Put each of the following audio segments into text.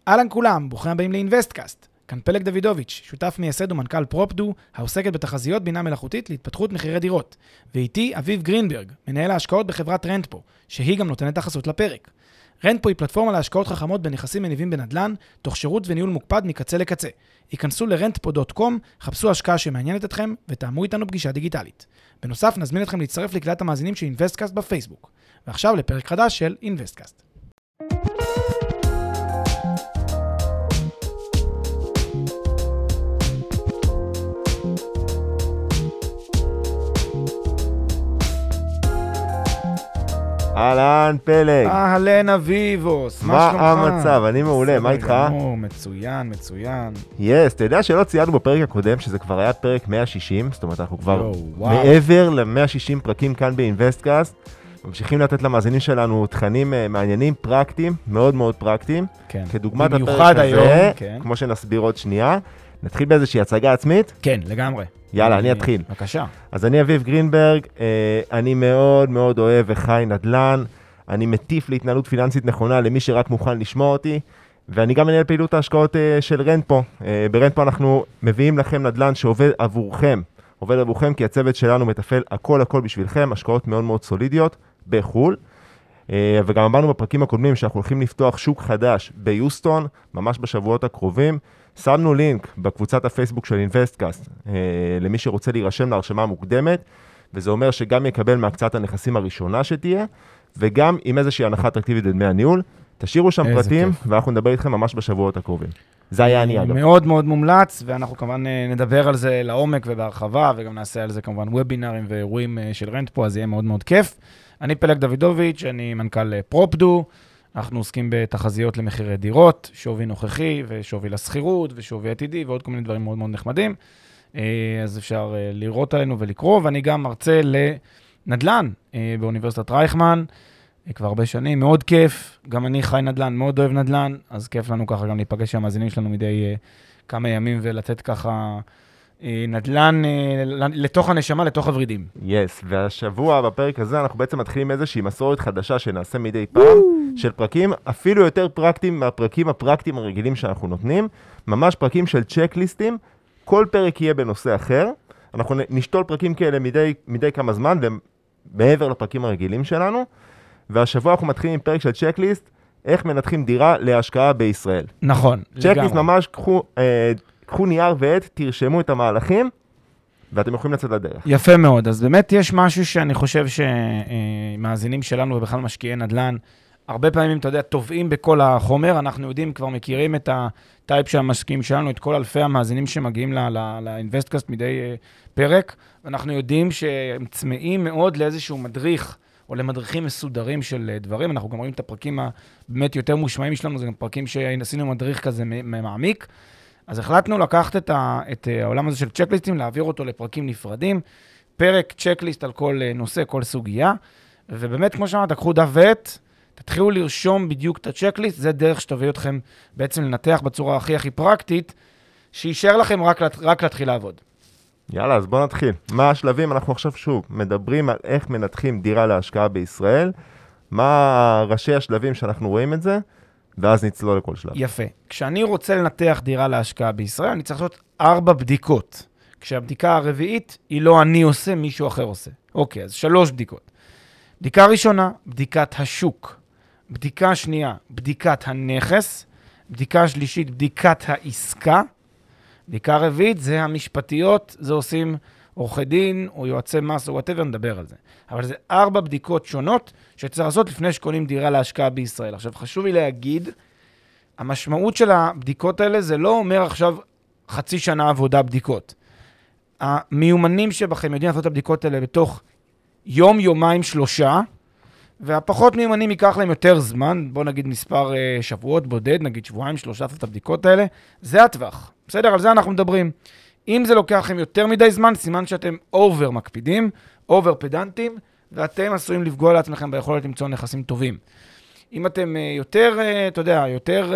אהלן כולם, ברוכים הבאים לאינבסטקאסט. כאן פלג דוידוביץ', שותף מייסד ומנכ"ל פרופדו, העוסקת בתחזיות בינה מלאכותית להתפתחות מחירי דירות. ואיתי אביב גרינברג, מנהל ההשקעות בחברת רנטפו, שהיא גם נותנת החסות לפרק. רנטפו היא פלטפורמה להשקעות חכמות בנכסים מניבים בנדל"ן, תוך שירות וניהול מוקפד מקצה לקצה. היכנסו ל-rentpo.com, חפשו השקעה שמעניינת אתכם ותאמו איתנו פגישה דיגיטלית. בנוסף, נזמין אתכם להצטרף לקהילת המאזינים של אינבסטקאסט בפייסבוק. ועכשיו לפרק חדש של אינבסטקאסט. אהלן פלג. אהלן אביבוס, מה המצב? אני מעולה, מה איתך? מצוין, מצוין. אתה יודע שלא ציינו בפרק הקודם שזה כבר היה פרק 160, זאת אומרת אנחנו כבר מעבר ל-160 פרקים כאן באינבסטקאסט, ממשיכים לתת למאזינים שלנו תכנים מעניינים, פרקטיים, מאוד מאוד פרקטיים. כן. כדוגמת הפרק הזה, כמו שנסביר עוד שנייה. נתחיל באיזושהי הצגה עצמית? כן, לגמרי. יאללה, אני אתחיל. בבקשה. אז אני אביב גרינברג, אני מאוד מאוד אוהב וחי נדל"ן, אני מטיף להתנהלות פיננסית נכונה למי שרק מוכן לשמוע אותי, ואני גם מנהל פעילות ההשקעות של רנטפו. ברנטפו אנחנו מביאים לכם נדל"ן שעובד עבורכם כי הצוות שלנו מטפל הכל בשבילכם, השקעות מאוד מאוד סולידיות בחול. וגם אמרנו בפרקים הקודמים שאנחנו הולכים לפתוח שוק חדש ביוסטון, ממש בשבועות הקרובים. שמנו לינק בקבוצת הפייסבוק של אינבסטקאסט, למי שרוצה להירשם להרשמה מוקדמת, וזה אומר שגם יקבל מהקצת הנכסים הראשונה שתהיה, וגם עם איזושהי הנחה אטרקטיבית לדמי הניהול. תשאירו שם פרטים, ואנחנו נדבר איתכם ממש בשבועות הקרובים. זה היה אני אגב. מאוד מאוד מומלץ, ואנחנו כמובן נדבר על זה לעומק ובהרחבה, וגם נעשה על זה כמובן וובינרים ואירועים של רנטפו, אז יהיה מאוד מאוד כיף. אני פלג דוידוביץ', אני מנכ"ל פרופדו, אנחנו עוסקים בתחזיות למחירי דירות, שווי נוכחי ושווי לסחירות ושווי עתידי ועוד כל מיני דברים מאוד מאוד נחמדים. אז אפשר לראות עלינו ולקרוא, ואני גם מרצה לנדל"ן באוניברסיטת רייכמן, כבר הרבה שנים, מאוד כיף, גם אני חי נדל"ן, מאוד אוהב נדל"ן, אז כיף לנו ככה גם להיפגש עם המאזינים שלנו מדי כמה ימים ולתת ככה נדל"ן לתוך הנשמה, לתוך הורידים. והשבוע בפרק הזה אנחנו בעצם מתחילים איזושהי מסורת חדשה שנעשה מדי פעם, של פרקים אפילו יותר פרקטיים מהפרקים הפרקטיים הרגילים שאנחנו נותנים, ממש פרקים של צ'קליסטים, כל פרק יהיה בנושא אחר, אנחנו נשתול פרקים כאלה מדי כמה זמן, ומעבר לפרקים הרגילים שלנו, והשבוע אנחנו מתחילים עם פרק של צ'קליסט, איך מנתחים דירה להשקעה בישראל. נכון, צ'קליסט ממש, קחו נייר ועט, תרשמו את המהלכים, ואתם יכולים לצאת לדרך. יפה מאוד, אז באמת יש משהו שאני חושב שמאזינים שלנו ובכלל משקיעי נדל"ן, הרבה פעמים, אתה יודע, טובעים בכל החומר, אנחנו יודעים, כבר מכירים את הטייפ של המשקיעים שלנו, את כל אלפי המאזינים שמגיעים לאינבסטקאסט מדי פרק, ואנחנו יודעים שהם צמאים מאוד לאיזשהו מדריך, או למדריכים מסודרים של דברים, אנחנו גם רואים את הפרקים הבאמת יותר מושמעים שלנו, זה גם פרקים שעשינו מדריך כזה מעמיק, אז החלטנו לקחת את העולם הזה של צ'קליסטים, להעביר אותו לפרקים נפרדים, פרק צ'קליסט על כל נושא, כל סוגיה, ובאמת, כמו שאמרת, תקחו דף ועט, תתחילו לרשום בדיוק את הצ'קליסט, זה דרך שתביא אתכם בעצם לנתח בצורה הכי פרקטית, שישאר לכם רק להתחיל לעבוד. יאללה, אז בואו נתחיל. מה השלבים? אנחנו עכשיו שוב מדברים על איך מנתחים דירה להשקעה בישראל, מה ראשי השלבים שאנחנו רואים את זה, ואז נצלול לכל שלב. יפה. כשאני רוצה לנתח דירה להשקעה בישראל, אני צריך לעשות 4 בדיקות. כשהבדיקה הרביעית היא לא אני עושה, מישהו אחר עושה. אוקיי, אז 3 בדיקות. בדיקה ראשונה, בדיקת השוק. בדיקה שנייה, בדיקת הנכס. בדיקה שלישית, בדיקת העסקה. בדיקה רביעית זה המשפטיות, זה עושים עורכי דין או יועצי מס או whatever, נדבר על זה. אבל זה 4 בדיקות שונות שצריך לעשות לפני שקונים דירה להשקעה בישראל. עכשיו חשוב לי להגיד, המשמעות של הבדיקות האלה זה לא אומר עכשיו חצי שנה עבודה בדיקות. המיומנים שבכם יודעים לעשות את הבדיקות האלה בתוך יום, יומיים, 3, והפחות מיומנים ייקח להם יותר זמן, בוא נגיד מספר שבועות בודד, נגיד 2-3 לעשות את הבדיקות האלה, זה הטווח. בסדר, על זה אנחנו מדברים. אם זה לוקח לכם יותר מדי זמן, סימן שאתם אובר מקפידים, אובר פדנטים, ואתם עשויים לפגוע לעצמכם ביכולת למצוא נכסים טובים. אם אתם יותר, אתה יודע, יותר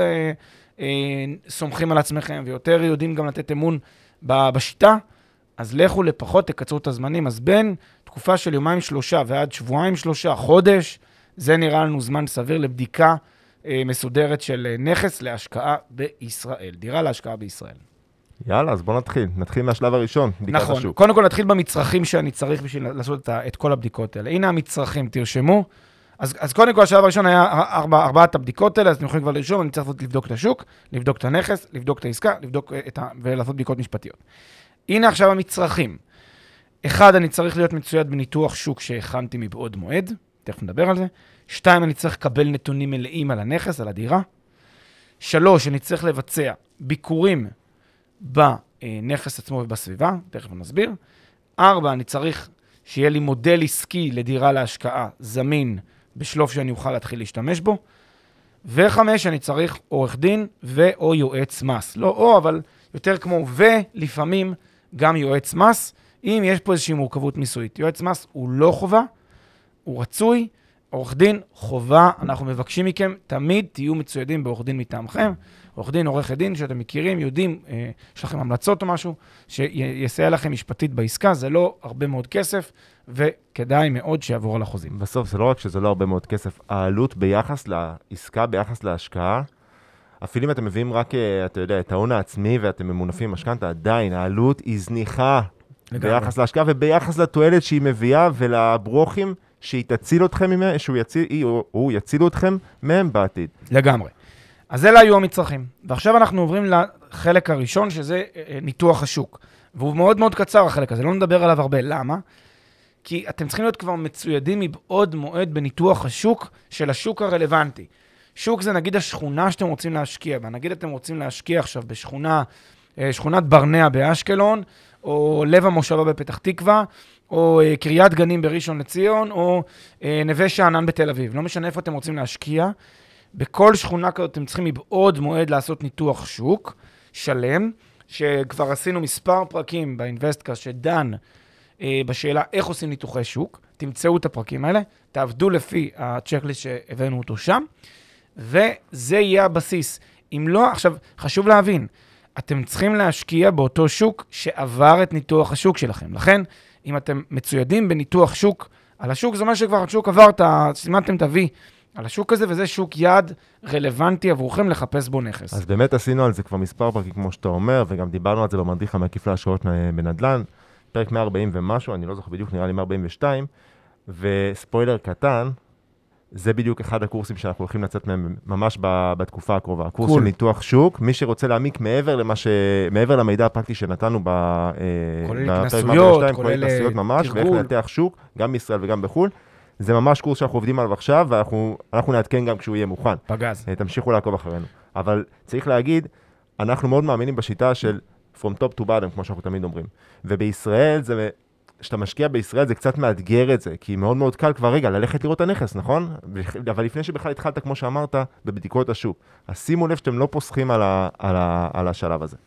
סומכים על עצמכם, ויותר יודעים גם לתת אמון בשיטה, אז לכו לפחות, תקצרו את הזמנים. אז בין תקופה של 2-3 ועד 2-3 חודש, זה נראה לנו זמן סביר לבדיקה מסודרת של נכס להשקעה בישראל, דירה להשקעה בישראל. יאללה, אז בוא נתחיל מהשלב הראשון, בדיקת נכון, השוק. קודם כל נתחיל במצרכים שאני צריך בשביל לעשות את כל הבדיקות האלה. הנה המצרכים, תרשמו. אז קודם כל, השלב הראשון היה ארבעת הבדיקות האלה, אז אתם יכולים כבר לרשום, אני צריך לבדוק את השוק, לבדוק את הנכס, לבדוק את העסקה, ולעשות בדיקות משפטיות. הנה עכשיו המצרכים. אחד, אני צריך להיות מצויד בניתוח שוק שהכנתי מבעוד מועד, תכף נדבר על זה. 2, אני צריך לקבל נתונים מלאים על הנכס, על הדירה. 3, אני צריך לבצע ביקורים בנכס עצמו ובסביבה, תכף נסביר. 4, אני צריך שיהיה לי מודל עסקי לדירה להשקעה זמין בשלוף שאני אוכל להתחיל להשתמש בו. ו5, אני צריך עורך דין או יועץ מס. לא או, אבל יותר כמו ולפעמים גם יועץ מס, אם יש פה איזושהי מורכבות מיסויית. יועץ מס הוא לא חובה, הוא רצוי, עורך דין חובה, אנחנו מבקשים מכם, תמיד תהיו מצוידים בעורך דין מטעמכם, עורך דין, עורכת דין, שאתם מכירים, יודעים, יש לכם המלצות או משהו, שיסייע לכם משפטית בעסקה, זה לא הרבה מאוד כסף, וכדאי מאוד שיעבור על החוזים. בסוף זה לא רק שזה לא הרבה מאוד כסף, העלות ביחס לעסקה, ביחס להשקעה, אפילו אם אתם מביאים רק, אתה יודע, את ההון העצמי ואתם ממונפים משכנתא, עדיין העלות היא זניחה ביחס להשקעה וביחס לתועלת שהיא מביאה ולברוכם שהיא תציל אתכם ממנו, שהוא יצילו אתכם מהם בעתיד. לגמרי. אז אלה היו המצרכים. ועכשיו אנחנו עוברים לחלק הראשון, שזה ניתוח השוק. והוא מאוד מאוד קצר החלק הזה, לא נדבר עליו הרבה. למה? כי אתם צריכים להיות כבר מצוידים מבעוד מועד בניתוח השוק של השוק הרלוונטי. שוק זה נגיד השכונה שאתם רוצים להשקיע בה. נגיד אתם רוצים להשקיע עכשיו בשכונת ברנע באשקלון, או לב המושבה בפתח תקווה, או קריית גנים בראשון לציון, או נווה שאנן בתל אביב. לא משנה איפה אתם רוצים להשקיע. בכל שכונה כזאת אתם צריכים מבעוד מועד לעשות ניתוח שוק שלם, שכבר עשינו מספר פרקים באינבסטקאסט שדן בשאלה איך עושים ניתוחי שוק. תמצאו את הפרקים האלה, תעבדו לפי הצ'קליסט שהבאנו אותו שם, וזה יהיה הבסיס. אם לא, עכשיו חשוב להבין, אתם צריכים להשקיע באותו שוק שעבר את ניתוח השוק שלכם. לכן, אם אתם מצוידים בניתוח שוק על השוק, זה אומר שכבר השוק עבר, סימנתם את ה-V על השוק הזה, וזה שוק יעד רלוונטי עבורכם לחפש בו נכס. אז באמת עשינו על זה כבר מספר פרקים, כמו שאתה אומר, וגם דיברנו על זה במדריך המקיף להשקעות בנדל"ן, פרק 140 ומשהו, אני לא זוכר בדיוק, נראה לי 142, וספוילר קטן, זה בדיוק אחד הקורסים שאנחנו הולכים לצאת מהם ממש בתקופה הקרובה. הקורס של ניתוח שוק, מי שרוצה להעמיק מעבר למידע הפרקטי שנתנו כולל התנסויות, כולל התנסויות ממש, ואיך לנתח שוק, גם בישראל וגם בחו"ל. זה ממש קורס שאנחנו עובדים עליו עכשיו, ואנחנו נעדכן גם כשהוא יהיה מוכן. פגז. תמשיכו לעקוב אחרינו. אבל צריך להגיד, אנחנו מאוד מאמינים בשיטה של from top to bottom, כמו שאנחנו תמיד אומרים. ובישראל, כשאתה משקיע בישראל, זה קצת מאתגר את זה, כי מאוד מאוד קל כבר רגע ללכת לראות את הנכס, נכון? אבל לפני שבכלל התחלת, כמו שאמרת, בבדיקות השוק. אז שימו לב שאתם לא פוסחים על השלב הזה.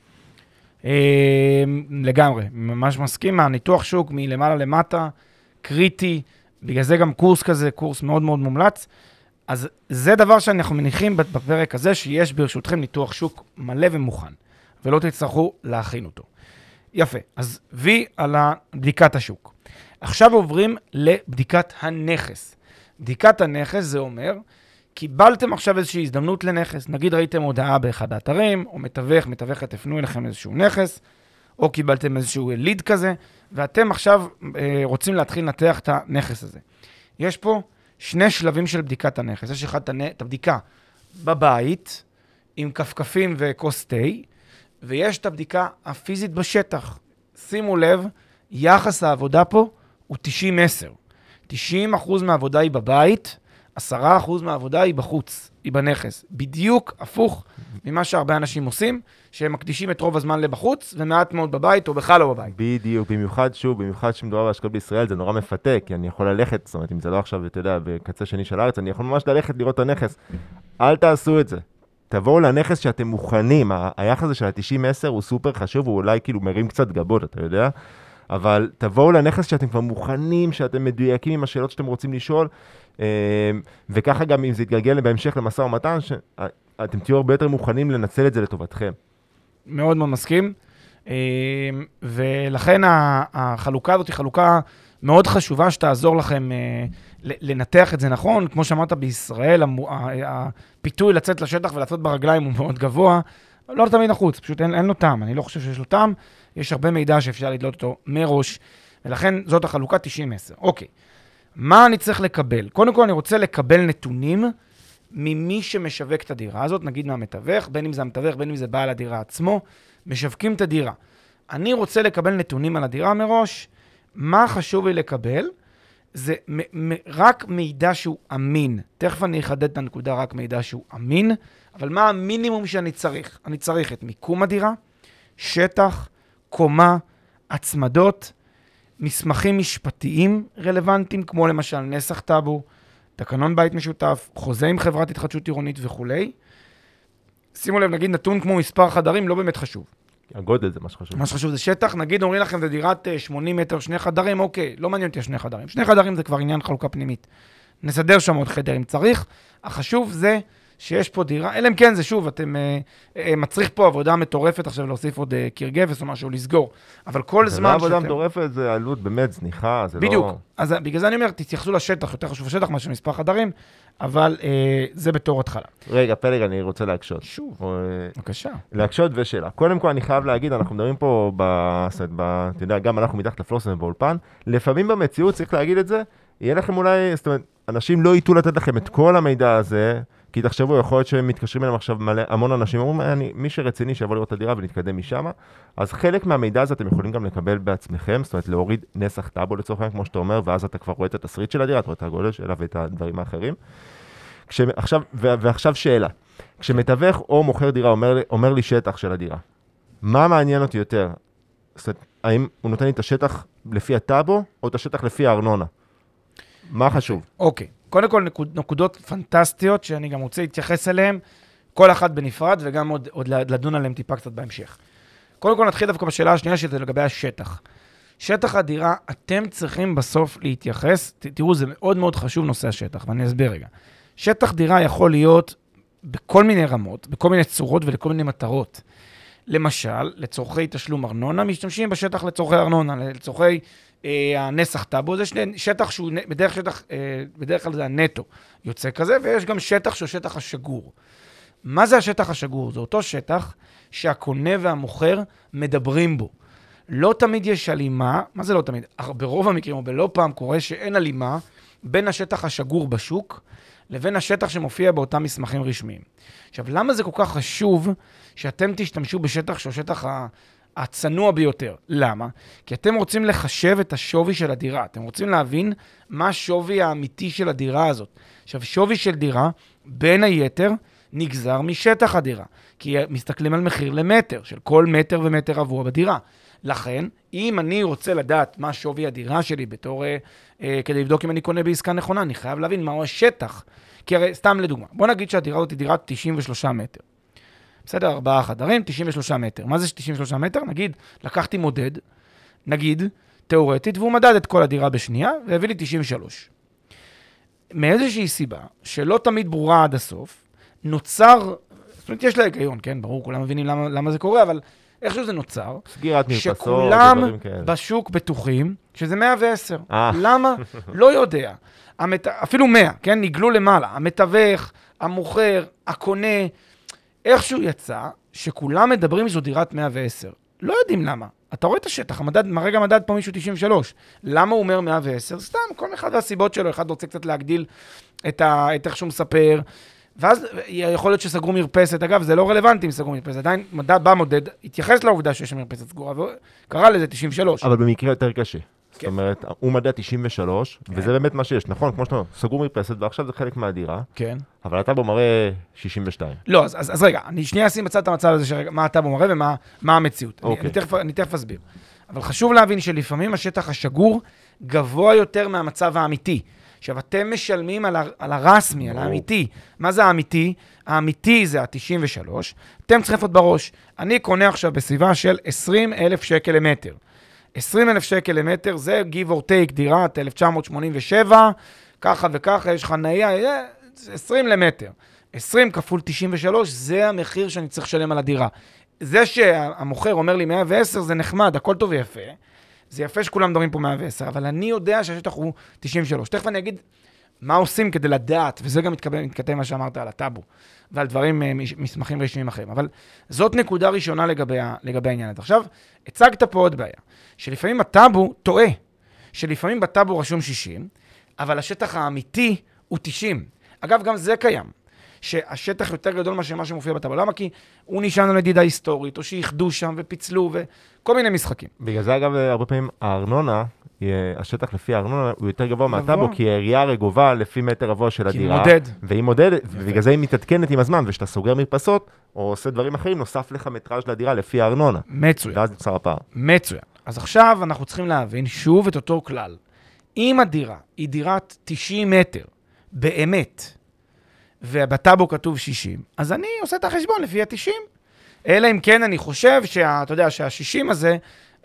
לגמרי, ממש מסכים. הניתוח שוק מלמעלה למטה, קריטי, בגלל זה גם קורס כזה, קורס מאוד מאוד מומלץ. אז זה דבר שאנחנו מניחים בפרק הזה, שיש ברשותכם ניתוח שוק מלא ומוכן, ולא תצטרכו להכין אותו. יפה, אז V על בדיקת השוק. עכשיו עוברים לבדיקת הנכס. בדיקת הנכס זה אומר, קיבלתם עכשיו איזושהי הזדמנות לנכס, נגיד ראיתם הודעה באחד האתרים, או מתווכת הפנו אליכם איזשהו נכס, או קיבלתם איזשהו ליד כזה, ואתם עכשיו רוצים להתחיל לנתח את הנכס הזה. יש פה שני שלבים של בדיקת הנכס. יש אחד את הבדיקה בבית, עם כפכפים וכוס תה, ויש את הבדיקה הפיזית בשטח. שימו לב, יחס העבודה פה הוא 90-10. 90% מהעבודה היא בבית, 10% מהעבודה היא בחוץ, היא בנכס. בדיוק הפוך ממה שהרבה אנשים עושים, שהם מקדישים את רוב הזמן לבחוץ, ומעט מאוד בבית או בכלל לא בבית. בדיוק, במיוחד שמדובר בהשקעות בישראל, זה נורא מפתה, כי אני יכול ללכת, זאת אומרת, אם זה לא עכשיו, אתה יודע, בקצה שני של הארץ, אני יכול ממש ללכת לראות את הנכס. אל תעשו את זה. תבואו לנכס שאתם מוכנים. היחס הזה של ה-90-10 הוא סופר חשוב, הוא אולי כאילו מרים קצת גבות, אתה יודע? אבל תבואו לנכס שאתם כבר מוכנים, שאתם מדויקים עם השאלות שאתם רוצים לשאול, וככה גם אם זה יתגלגל בהמשך למשא ומתן, אתם תהיו הרבה יותר מוכנים לנצל את זה לטובתכם. מאוד מאוד מסכים, ולכן החלוקה הזאת היא חלוקה מאוד חשובה שתעזור לכם לנתח את זה נכון. כמו שאמרת, בישראל, הפיתוי לצאת לשטח ולצאת ברגליים הוא מאוד גבוה, לא תמיד נחוץ, פשוט אין לו טעם. אני לא חושב שיש לו טעם, יש הרבה מידע שאפשר לדלות אותו מראש, ולכן זאת החלוקה 90-10. אוקיי, מה אני צריך לקבל? קודם כל אני רוצה לקבל נתונים ממי שמשווק את הדירה הזאת, נגיד מהמתווך, בין אם זה המתווך, בין אם זה בעל הדירה עצמו, משווקים את הדירה. אני רוצה לקבל נתונים על הדירה מראש. מה חשוב לי לקבל? זה רק מידע שהוא אמין. תכף אני אחדד את הנקודה, רק מידע שהוא אמין, אבל מה המינימום שאני צריך? אני צריך את מיקום הדירה, שטח, קומה, הצמדות, מסמכים משפטיים רלוונטיים, כמו למשל נסח טאבו, תקנון בית משותף, חוזה עם חברת התחדשות עירונית וכו'. שימו לב, נגיד נתון כמו מספר חדרים, לא באמת חשוב. הגודל זה מה שחשוב. מה שחשוב זה שטח, נגיד אומרים לכם, זה דירת 80 מטר, 2 חדרים, אוקיי, לא מעניין אותי 2 חדרים. 2 חדרים זה כבר עניין חלוקה פנימית. נסדר שם עוד חדר אם צריך. החשוב זה שיש פה דירה, אלא אם כן זה שוב, אתם מצריך פה עבודה מטורפת, עכשיו להוסיף עוד קרגפס או משהו לסגור. אבל כל זמן שאתם... עבודה מטורפת זה עלות באמת זניחה, זה בדיוק. לא... בדיוק. אז בגלל זה אני אומר, תתייחסו לשטח, יותר חשוב השטח מאשר מספר חדרים, אבל זה בתור התחלה. רגע, פלג, אני רוצה להקשות. שוב, בבקשה. להקשות ושאלה. קודם כל אני חייב להגיד, אנחנו מדברים פה, אתה יודע, גם אנחנו מתחת לפלוסם באולפן, לפעמים במציאות, צריך להגיד את זה, יהיה לכם אולי, זאת אומרת, אנשים לא ייתו לתת לכם את כל המידע הזה, כי תחשבו, יכול להיות שהם מתקשרים אליהם עכשיו המון אנשים, אומרים, מי שרציני שיבוא לראות את הדירה ונתקדם משם, אז חלק מהמידע הזה אתם יכולים גם לקבל בעצמכם, זאת אומרת, להוריד נסח טאבו לצורך העניין, כמו שאתה אומר, ואז אתה כבר רואה את התסריט של הדירה, אתה רואה את הגודל שלה ואת הדברים האחרים. ועכשיו שאלה, כשמתווך או מוכר דירה אומר לי שטח של הדירה, מה מעניין אותי יותר? זאת אומרת, האם הוא נותן לי את השטח לפי הטאבו, או את השטח לפי הארנונה? מה חשוב? אוקיי. קודם כל, נקודות פנטסטיות שאני גם רוצה להתייחס אליהן, כל אחת בנפרד, וגם עוד לדון עליהן טיפה קצת בהמשך. קודם כל, נתחיל דווקא בשאלה השנייה, שזה לגבי השטח. שטח הדירה, אתם צריכים בסוף להתייחס, תראו, זה מאוד מאוד חשוב נושא השטח, ואני אסביר רגע. שטח דירה יכול להיות בכל מיני רמות, בכל מיני צורות ולכל מיני מטרות. למשל, לצורכי תשלום ארנונה, משתמשים בשטח לצורכי ארנונה, לצורכי הנסח טאבו, זה שטח שהוא, בדרך כלל זה הנטו יוצא כזה, ויש גם שטח שהוא שטח השגור. מה זה השטח השגור? זה אותו שטח שהקונה והמוכר מדברים בו. לא תמיד יש הלימה, מה זה לא תמיד? ברוב המקרים, או בלא פעם קורה שאין הלימה בין השטח השגור בשוק, לבין השטח שמופיע באותם מסמכים רשמיים. עכשיו, למה זה כל כך חשוב שאתם תשתמשו בשטח שהוא שטח הצנוע ביותר? למה? כי אתם רוצים לחשב את השווי של הדירה. אתם רוצים להבין מה השווי האמיתי של הדירה הזאת. עכשיו, שווי של דירה, בין היתר, נגזר משטח הדירה. כי מסתכלים על מחיר למטר, של כל מטר ומטר רבוע בדירה. לכן, אם אני רוצה לדעת מה שווי הדירה שלי בתור, כדי לבדוק אם אני קונה בעסקה נכונה, אני חייב להבין מהו השטח. כי הרי, סתם לדוגמה, בוא נגיד שהדירה הזאת היא דירת 93 מטר. בסדר, 4 חדרים, 93 מטר. מה זה 93 מטר? נגיד, לקחתי מודד, נגיד, תיאורטית, והוא מדד את כל הדירה בשנייה, והביא לי 93. מאיזושהי סיבה, שלא תמיד ברורה עד הסוף, נוצר, זאת אומרת, יש לה היגיון, כן? ברור, כולם מבינים למה זה קורה, אבל איכשהו זה נוצר, סגירת מרפסות, שכולם בשוק בטוחים, שזה 110. למה? לא יודע. אפילו 100, כן? נגלו למעלה. המתווך, המוכר, הקונה, איכשהו יצא שכולם מדברים שזו דירת 110. לא יודעים למה. אתה רואה את השטח, מרגע מדד פה מישהו 93. למה הוא אומר 110? סתם, כל אחד והסיבות שלו. אחד רוצה קצת להגדיל את איך שהוא מספר, ואז יכול להיות שסגרו מרפסת. אגב, זה לא רלוונטי אם סגרו מרפסת. עדיין בא מודד, התייחס לעובדה שיש מרפסת סגורה, וקרא לזה 93. אבל במקרה יותר קשה. זאת אומרת, הוא מדע 93, וזה באמת מה שיש. נכון, כמו שאתה אומר, סגרו מרפסת, ועכשיו זה חלק מהדירה. כן. אבל אתה בו מראה 62. לא, אז רגע, אני שנייה אשים בצד את המצב הזה, מה אתה בו מראה ומה המציאות. אני תכף אסביר. אבל חשוב להבין שלפעמים השטח השגור גבוה יותר מהמצב האמיתי. עכשיו, אתם משלמים על הרסמי, על האמיתי. מה זה האמיתי? האמיתי זה ה-93. אתם צריכים לפות בראש. אני קונה עכשיו בסביבה של 20,000 שקל למטר. 20,000 שקל למטר, זה give or take דירת 1987, ככה וככה, יש חנייה, 20 למטר. 20 כפול 93, זה המחיר שאני צריך לשלם על הדירה. זה שהמוכר אומר לי 110, זה נחמד, הכל טוב ויפה. זה יפה שכולם מדברים פה 110, אבל אני יודע שהשטח הוא 93. תכף אני אגיד מה עושים כדי לדעת, וזה גם מתכתב מה שאמרת על הטאבו, ועל דברים, מסמכים רשמיים אחרים. אבל זאת נקודה ראשונה לגבי העניין הזה. עכשיו, הצגת פה עוד בעיה, שלפעמים הטאבו טועה, שלפעמים בטאבו רשום 60, אבל השטח האמיתי הוא 90. אגב, גם זה קיים, שהשטח יותר גדול מה שמופיע בטאבו. למה? כי הוא נשען על מדידה היסטורית, או שיחדו שם ופיצלו וכל מיני משחקים. בגלל זה, אגב, הרבה פעמים הארנונה, השטח לפי הארנונה הוא יותר גבוה מהטאבו, כי העירייה הרי גובה לפי מטר רבוע של הדירה. כי היא מודד. והיא מודדת, ובגלל זה היא מתעדכנת עם הזמן, ושאתה סוגר מרפסות, או עושה דברים אחרים, נוסף לך מטראז' לדירה לפי הארנונה. מצוין. ואז נוצר הפער. מצוין. אז עכשיו אנחנו צריכים להבין שוב את אותו כלל. אם הדירה היא דירת 90 מטר, באמת, ובטאבו כתוב 60, אז אני עושה את החשבון לפי ה-90. אלא אם כן אני חושב אתה יודע, שה-60 הזה,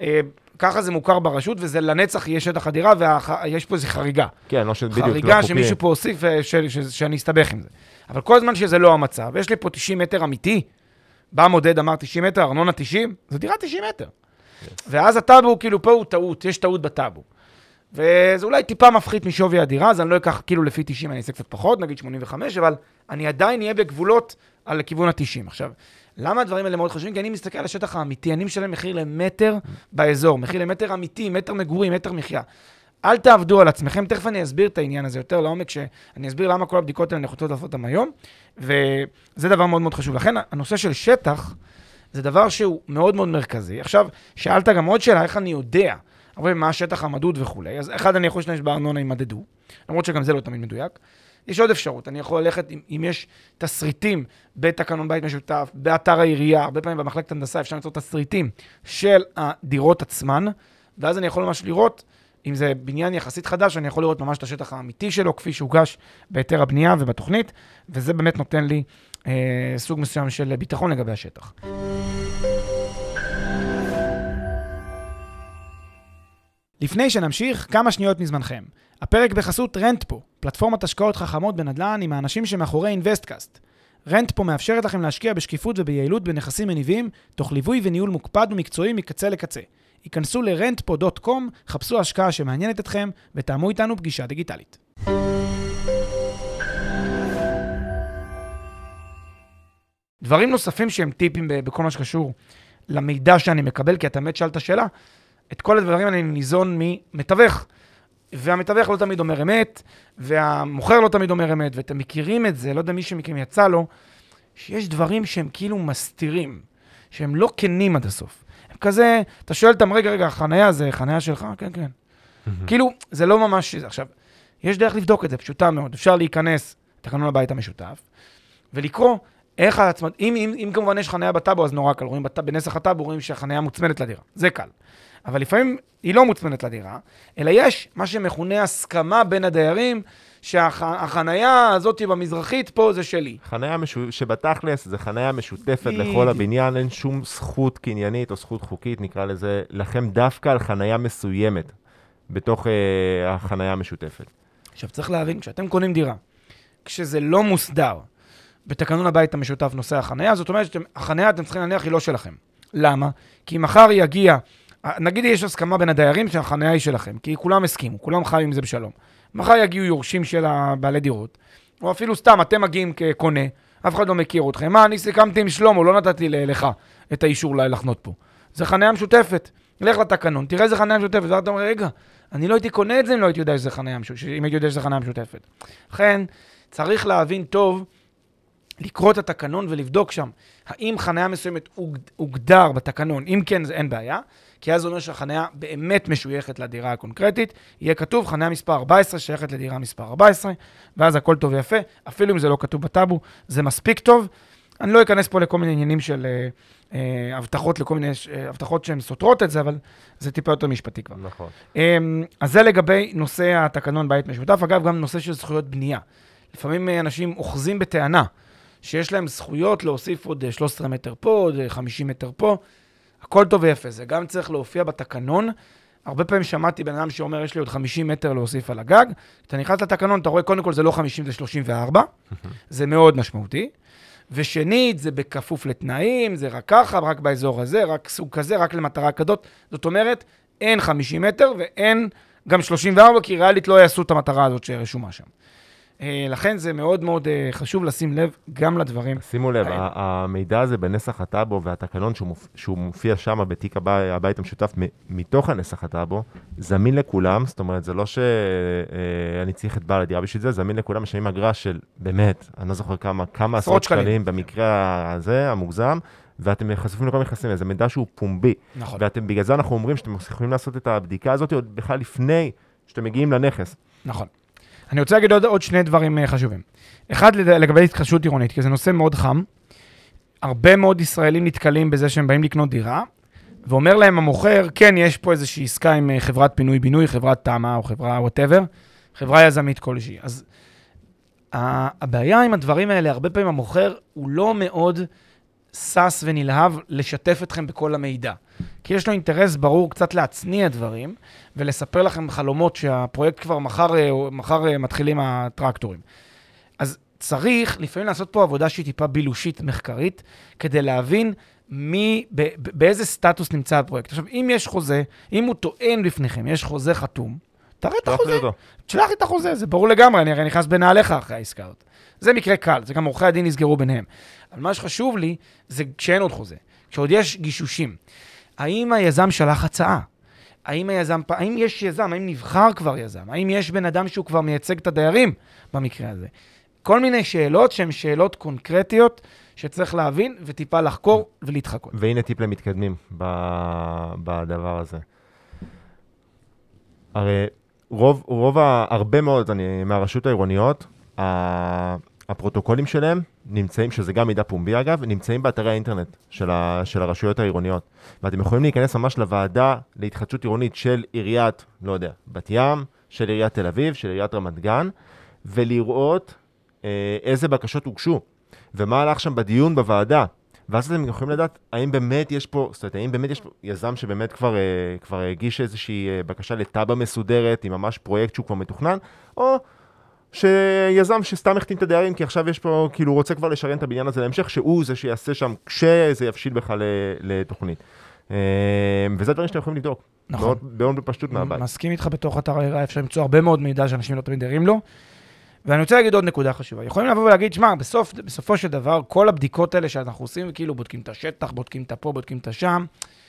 ככה זה מוכר ברשות, וזה לנצח יהיה שטח הדירה, ויש פה איזו חריגה. כן, לא בדיוק, חריגה שמישהו פה הוסיף, שאני אסתבך עם זה. אבל כל הזמן שזה לא המצב, יש לי פה 90 מטר אמיתי, בא מודד, אמר 90 מטר, ארנונה 90, זו דירה 90 מטר. ואז הטאבו, כאילו פה הוא טעות, יש טעות בטאבו. וזה אולי טיפה מפחית משווי הדירה, אז אני לא אקח כאילו לפי 90, אני אעשה קצת פחות, נגיד 85, אבל אני עדיין אהיה בגבולות על כיוון ה-90. עכשיו, למה הדברים האלה מאוד חשובים? כי אני מסתכל על השטח האמיתי, אני משלם מחיר למטר באזור, מחיר למטר אמיתי, מטר מגורים, מטר מחיה. אל תעבדו על עצמכם, תכף אני אסביר את העניין הזה יותר לעומק, שאני אסביר למה כל הבדיקות האלה נחוצות לעשות אותם היום, וזה דבר מאוד מאוד חשוב. לכן, הנושא של שטח, זה דבר שהוא מאוד מאוד מרכזי. עכשיו, שאלת גם עוד שאלה, איך אני יודע, אבל מה השטח המדוד וכו'. אז אחד, אני יכול להשתמש בארנונה עם מדדו, למרות שגם זה לא תמיד מדויק. יש עוד אפשרות, אני יכול ללכת, אם יש תסריטים בתקנון בית משותף, באתר העירייה, הרבה פעמים במחלקת הנדסה אפשר למצוא תסריטים של הדירות עצמן, ואז אני יכול ממש לראות, אם זה בניין יחסית חדש, אני יכול לראות ממש את השטח האמיתי שלו, כפי שהוגש בהיתר הבנייה ובתוכנית, וזה באמת נותן לי סוג מסוים של ביטחון לגבי השטח. לפני שנמשיך, כמה שניות מזמנכם. הפרק בחסות רנטפו, פלטפורמת השקעות חכמות בנדל"ן עם האנשים שמאחורי אינבסטקאסט. רנטפו מאפשרת לכם להשקיע בשקיפות וביעילות בנכסים מניבים, תוך ליווי וניהול מוקפד ומקצועי מקצה לקצה. היכנסו ל-rentpo.com, חפשו השקעה שמעניינת אתכם ותאמו איתנו פגישה דיגיטלית. דברים נוספים שהם טיפים בכל מה שקשור למידע שאני מקבל, כי אתה באמת שאלת שאלה, את כל הדברים אני ניזון ממתווך. והמתווך לא תמיד אומר אמת, והמוכר לא תמיד אומר אמת, ואתם מכירים את זה, לא יודע מי שמכם יצא לו, שיש דברים שהם כאילו מסתירים, שהם לא כנים עד הסוף. הם כזה, אתה שואל אותם, רגע, החנייה זה חנייה שלך? כן, כן. כאילו, זה לא ממש... עכשיו, יש דרך לבדוק את זה, פשוטה מאוד. אפשר להיכנס תקנון הבית המשותף, ולקרוא איך העצמד... אם כמובן יש חנייה בטאבו, אז נורא קל. רואים בנסח הטאבו, רואים שהחנייה מוצמדת לדירה. זה קל. אבל לפעמים היא לא מוצמדת לדירה, אלא יש מה שמכונה הסכמה בין הדיירים, שהחנייה הזאת במזרחית פה זה שלי. חנייה שבתכלס זה חנייה משותפת לכל הבניין, אין שום זכות קניינית או זכות חוקית, נקרא לזה, לכם דווקא על חנייה מסוימת, בתוך החנייה המשותפת. עכשיו צריך להבין, כשאתם קונים דירה, כשזה לא מוסדר, בתקנון הבית המשותף נושא החנייה, זאת אומרת שהחנייה אתם צריכים להניח היא לא שלכם. למה? כי מחר יגיע, נגיד יש הסכמה בין הדיירים שהחנייה היא שלכם, כי כולם הסכימו, כולם חיים עם זה בשלום. מחר יגיעו יורשים של הבעלי דירות, או אפילו סתם, אתם מגיעים כקונה, אף אחד לא מכיר אתכם. מה, אני סיכמתי עם שלמה, לא נתתי לך את האישור לחנות פה. זה חנייה משותפת. לך לתקנון, תראה איזה חנייה משותפת. ואתה אומר, רגע, אני לא הייתי קונה את זה אם לא הייתי יודע שזה חנייה משותפת. אם הייתי יודע שזה חנייה משותפת. לכן, צריך להבין טוב, לקרוא את התקנון ולבדוק שם, האם חנייה מסוימת הוגדר בתקנון, אם כן, זה אין בעיה, כי אז אומר שהחנייה באמת משויכת לדירה הקונקרטית, יהיה כתוב חנייה מספר 14 שייכת לדירה מספר 14, ואז הכל טוב ויפה, אפילו אם זה לא כתוב בטאבו, זה מספיק טוב. אני לא אכנס פה לכל מיני עניינים של הבטחות, לכל מיני הבטחות שהן סותרות את זה, אבל זה טיפה יותר משפטי כבר. נכון. אז זה לגבי נושא התקנון בית משותף, אגב, גם נושא של זכויות בנייה. לפעמים אנשים אוחזים בטענה, שיש להם זכויות להוסיף עוד 13 מטר פה, עוד 50 מטר פה, הכל טוב ויפה, זה גם צריך להופיע בתקנון. הרבה פעמים שמעתי בן אדם שאומר, יש לי עוד 50 מטר להוסיף על הגג, אתה נכנס לתקנון, אתה רואה, קודם כל זה לא 50, זה 34, זה מאוד משמעותי, ושנית, זה בכפוף לתנאים, זה רק ככה, רק באזור הזה, רק סוג כזה, רק למטרה כזאת, זאת אומרת, אין 50 מטר ואין גם 34, כי ריאלית לא יעשו את המטרה הזאת שרשומה שם. לכן זה מאוד מאוד חשוב לשים לב גם לדברים. שימו לב, המידע הזה בנסח הטאבו והתקנון שהוא מופיע שם בתיק הבית המשותף מתוך הנסח הטאבו, זמין לכולם, זאת אומרת, זה לא שאני צריך את בעל הדירה בשביל זה, זמין לכולם, משלמים אגרה של באמת, אני לא זוכר כמה עשרות שקלים במקרה הזה, המוגזם, ואתם חשופים לכל נכסים, זה מידע שהוא פומבי. נכון. ובגלל זה אנחנו אומרים שאתם יכולים לעשות את הבדיקה הזאת עוד בכלל לפני שאתם מגיעים לנכס. נכון. אני רוצה להגיד עוד שני דברים חשובים. אחד, לגבי התחדשות עירונית, כי זה נושא מאוד חם. הרבה מאוד ישראלים נתקלים בזה שהם באים לקנות דירה, ואומר להם המוכר, כן, יש פה איזושהי עסקה עם חברת פינוי-בינוי, חברת תמה או חברה whatever, חברה יזמית כלשהי. אז הבעיה עם הדברים האלה, הרבה פעמים המוכר הוא לא מאוד סס ונלהב לשתף אתכם בכל המידע. כי יש לו אינטרס ברור קצת להצניע דברים, ולספר לכם חלומות שהפרויקט כבר מחר מתחילים הטרקטורים. אז צריך לפעמים לעשות פה עבודה שהיא טיפה בילושית מחקרית, כדי להבין באיזה סטטוס נמצא הפרויקט. עכשיו, אם יש חוזה, אם הוא טוען בפניכם, יש חוזה חתום, תראה את החוזה. תשלח לי את החוזה, זה ברור לגמרי, אני הרי נכנס בנעליך אחרי העסקה הזאת. זה מקרה קל, זה גם עורכי הדין נסגרו ביניהם. אבל מה שחשוב לי, זה כשאין עוד חוזה, כשעוד יש גישושים. האם היזם שלח הצעה? האם יש יזם? האם נבחר כבר יזם? האם יש בן אדם שהוא כבר מייצג את הדיירים במקרה הזה? כל מיני שאלות שהן שאלות קונקרטיות שצריך להבין וטיפה לחקור ולהתחקות. והנה טיפ למתקדמים בדבר הזה. הרי הרבה מאוד מהרשות העירוניות, הפרוטוקולים שלהם נמצאים, שזה גם מידע פומבי אגב, נמצאים באתרי האינטרנט של הרשויות העירוניות. ואתם יכולים להיכנס ממש לוועדה להתחדשות עירונית של עיריית, לא יודע, בת ים, של עיריית תל אביב, של עיריית רמת גן, ולראות איזה בקשות הוגשו, ומה הלך שם בדיון בוועדה. ואז אתם יכולים לדעת האם באמת יש פה, זאת אומרת, האם באמת יש פה יזם שבאמת כבר הגיש איזושהי בקשה לטאבה מסודרת, עם ממש פרויקט שהוא כבר מתוכנן, או שיזם שסתם החתים את הדיירים, כי עכשיו יש פה, כאילו, רוצה כבר לשריין את הבניין הזה להמשך, שהוא זה שיעשה שם כשזה יבשיל בכלל לתוכנית. וזה דברים שאתם יכולים לבדוק. נכון. מאוד בפשטות מהבית. מסכים איתך בתוך אתר העירייה, אפשר למצוא הרבה מאוד מידע שאנשים לא תמיד דיירים לו. ואני רוצה להגיד עוד נקודה חשובה. יכולים לבוא ולהגיד, שמע, בסופו של דבר, כל הבדיקות האלה שאנחנו עושים, כאילו, בודקים את השטח, בודקים את פה, בודקים את השם.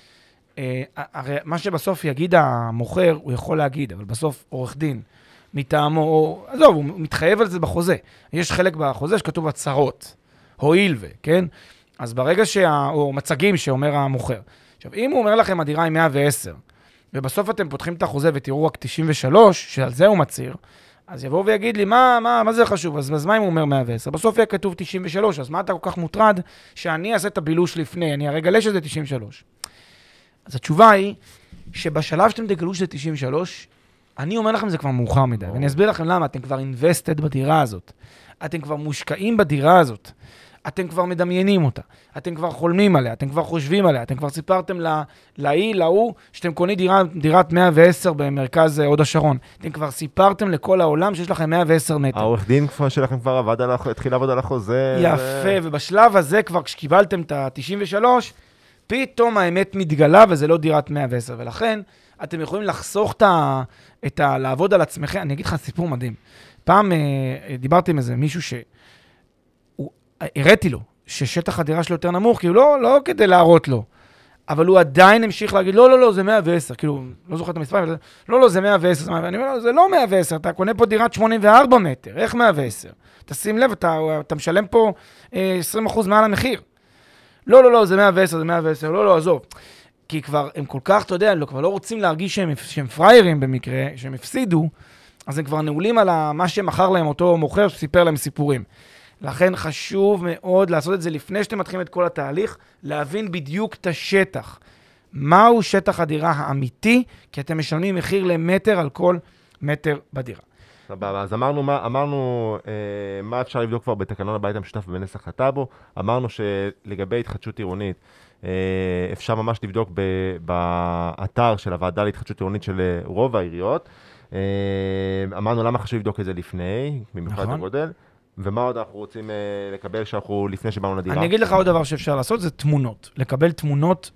הרי מה שבסוף יגיד המוכר, הוא יכול להגיד, אבל בסוף עורך דין, מטעמו, עזוב, הוא מתחייב על זה בחוזה. יש חלק בחוזה שכתוב הצהרות, הועיל כן? אז ברגע או מצגים שאומר המוכר. עכשיו, אם הוא אומר לכם, הדירה היא 110, ובסוף אתם פותחים את החוזה ותראו רק 93, שעל זה הוא מצהיר, אז יבוא ויגיד לי, מה זה חשוב? אז מה אם הוא אומר 110? בסוף יהיה כתוב 93, אז מה אתה כל כך מוטרד שאני אעשה את הבילוש לפני, אני הרי גלה שזה 93. אז התשובה היא, שבשלב שאתם תגלו שזה 93, אני אומר לכם, זה כבר מאוחר מדי, ואני אסביר לכם למה, אתם כבר invested בדירה הזאת, אתם כבר מושקעים בדירה הזאת, אתם כבר מדמיינים אותה, אתם כבר חולמים עליה, אתם כבר חושבים עליה, אתם כבר סיפרתם להוא, שאתם קונים דירת 110 במרכז הוד השרון, אתם כבר סיפרתם לכל העולם שיש לכם 110 מטר. העורך דין שלכם כבר התחיל לעבוד על החוזה. יפה, ובשלב הזה כבר כשקיבלתם את ה-93, פתאום האמת מתגלה וזה לא דירת 110, ולכן אתם יכולים לחסוך לעבוד על עצמכם. אני אגיד לך סיפור מדהים. פעם דיברתי עם איזה מישהו הראיתי לו ששטח הדירה שלו יותר נמוך, כאילו לא כדי להראות לו, אבל הוא עדיין המשיך להגיד, לא, זה 110, כאילו, לא זוכר את המספר, אבל לא, זה 110, ואני אומר לו, זה לא 110, אתה קונה פה דירת 84 מטר, איך 110? תשים לב, אתה משלם פה 20% מעל המחיר. לא, זה 110, לא, עזוב. כי כבר הם כל כך, אתה יודע, כבר לא רוצים להרגיש שהם פריירים במקרה, שהם הפסידו, אז הם כבר נעולים על מה שמכר להם אותו מוכר, שסיפר להם סיפורים. לכן חשוב מאוד לעשות את זה לפני שאתם מתחילים את כל התהליך, להבין בדיוק את השטח. מהו שטח הדירה האמיתי, כי אתם משלמים מחיר למטר על כל מטר בדירה. סבבה, אז אמרנו מה אפשר לבדוק כבר בתקנון הבית המשותף בנסח הטאבו. אמרנו שלגבי התחדשות עירונית, אפשר ממש לבדוק באתר של הוועדה להתחדשות עירונית של רוב העיריות. אמרנו למה חשוב לבדוק את זה לפני, במיוחד הגודל. ומה עוד אנחנו רוצים לקבל שאנחנו לפני שבאנו לדירה? אני אגיד לך עוד דבר שאפשר לעשות, זה תמונות. לקבל תמונות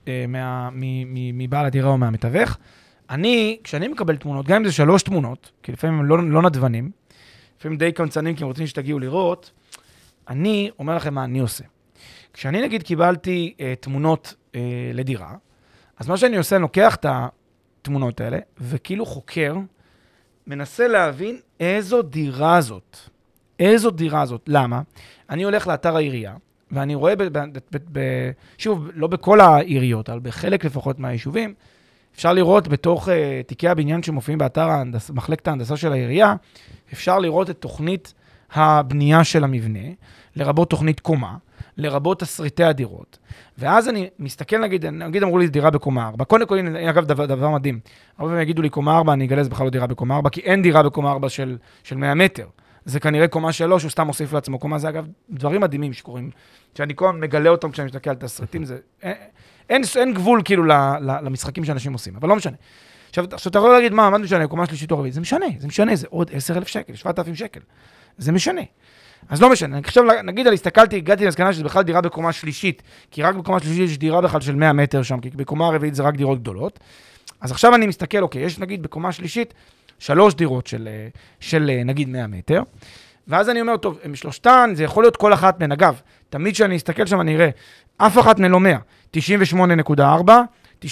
מבעל הדירה או מהמתווך. כשאני מקבל תמונות, גם אם זה 3 תמונות, כי לפעמים הם לא נדבנים, לפעמים די קמצנים, כי הם רוצים שתגיעו לראות, אני אומר לכם מה אני עושה. כשאני נגיד קיבלתי תמונות לדירה, אז מה שאני עושה, אני לוקח את התמונות האלה, וכאילו חוקר, מנסה להבין איזו דירה זאת. איזו דירה זאת. למה? אני הולך לאתר העירייה, ואני רואה, שוב, לא בכל העיריות, אבל בחלק לפחות מהיישובים, אפשר לראות בתוך תיקי הבניין שמופיעים באתר מחלקת ההנדסה של העירייה, אפשר לראות את תוכנית הבנייה של המבנה, לרבות תוכנית קומה, לרבות תסריטי הדירות. ואז אני מסתכל, נגיד אמרו לי דירה בקומה 4. קודם כל, אגב, דבר מדהים. הרבה פעמים יגידו לי קומה 4, אני אגלה זה בכלל לא דירה בקומה 4, כי אין דירה בקומה 4 של 100 מטר. זה כנראה קומה 3, הוא סתם מוסיף לעצמו קומה. זה אגב דברים מדהימים שקורים, שאני כל מגלה אותם כשאני מסתכל על תסריטים. אין גבול כאילו למשחקים שאנשים עושים, אבל לא משנה. עכשיו אתה יכול להגיד, מה משנה, קומה שלישית או רביעית? זה משנה, זה עוד 10,000 שקל, 7,000 שקל. זה משנה. אז לא משנה, עכשיו נגיד, הגעתי למסקנה שזה בכלל דירה בקומה שלישית, כי רק בקומה שלישית יש דירה בכלל של 100 מטר שם, כי בקומה הרביעית זה רק דירות גדולות. אז עכשיו אני מסתכל, אוקיי, יש נגיד בקומה שלישית 3 דירות של נגיד 100 מטר, ואז אני אומר, טוב, משלושתן, זה יכול להיות כל אחת מהן. אגב, תמיד שאני אסתכל שם אני אראה, אף אחת מהן לא 100, 98.4, 92.6,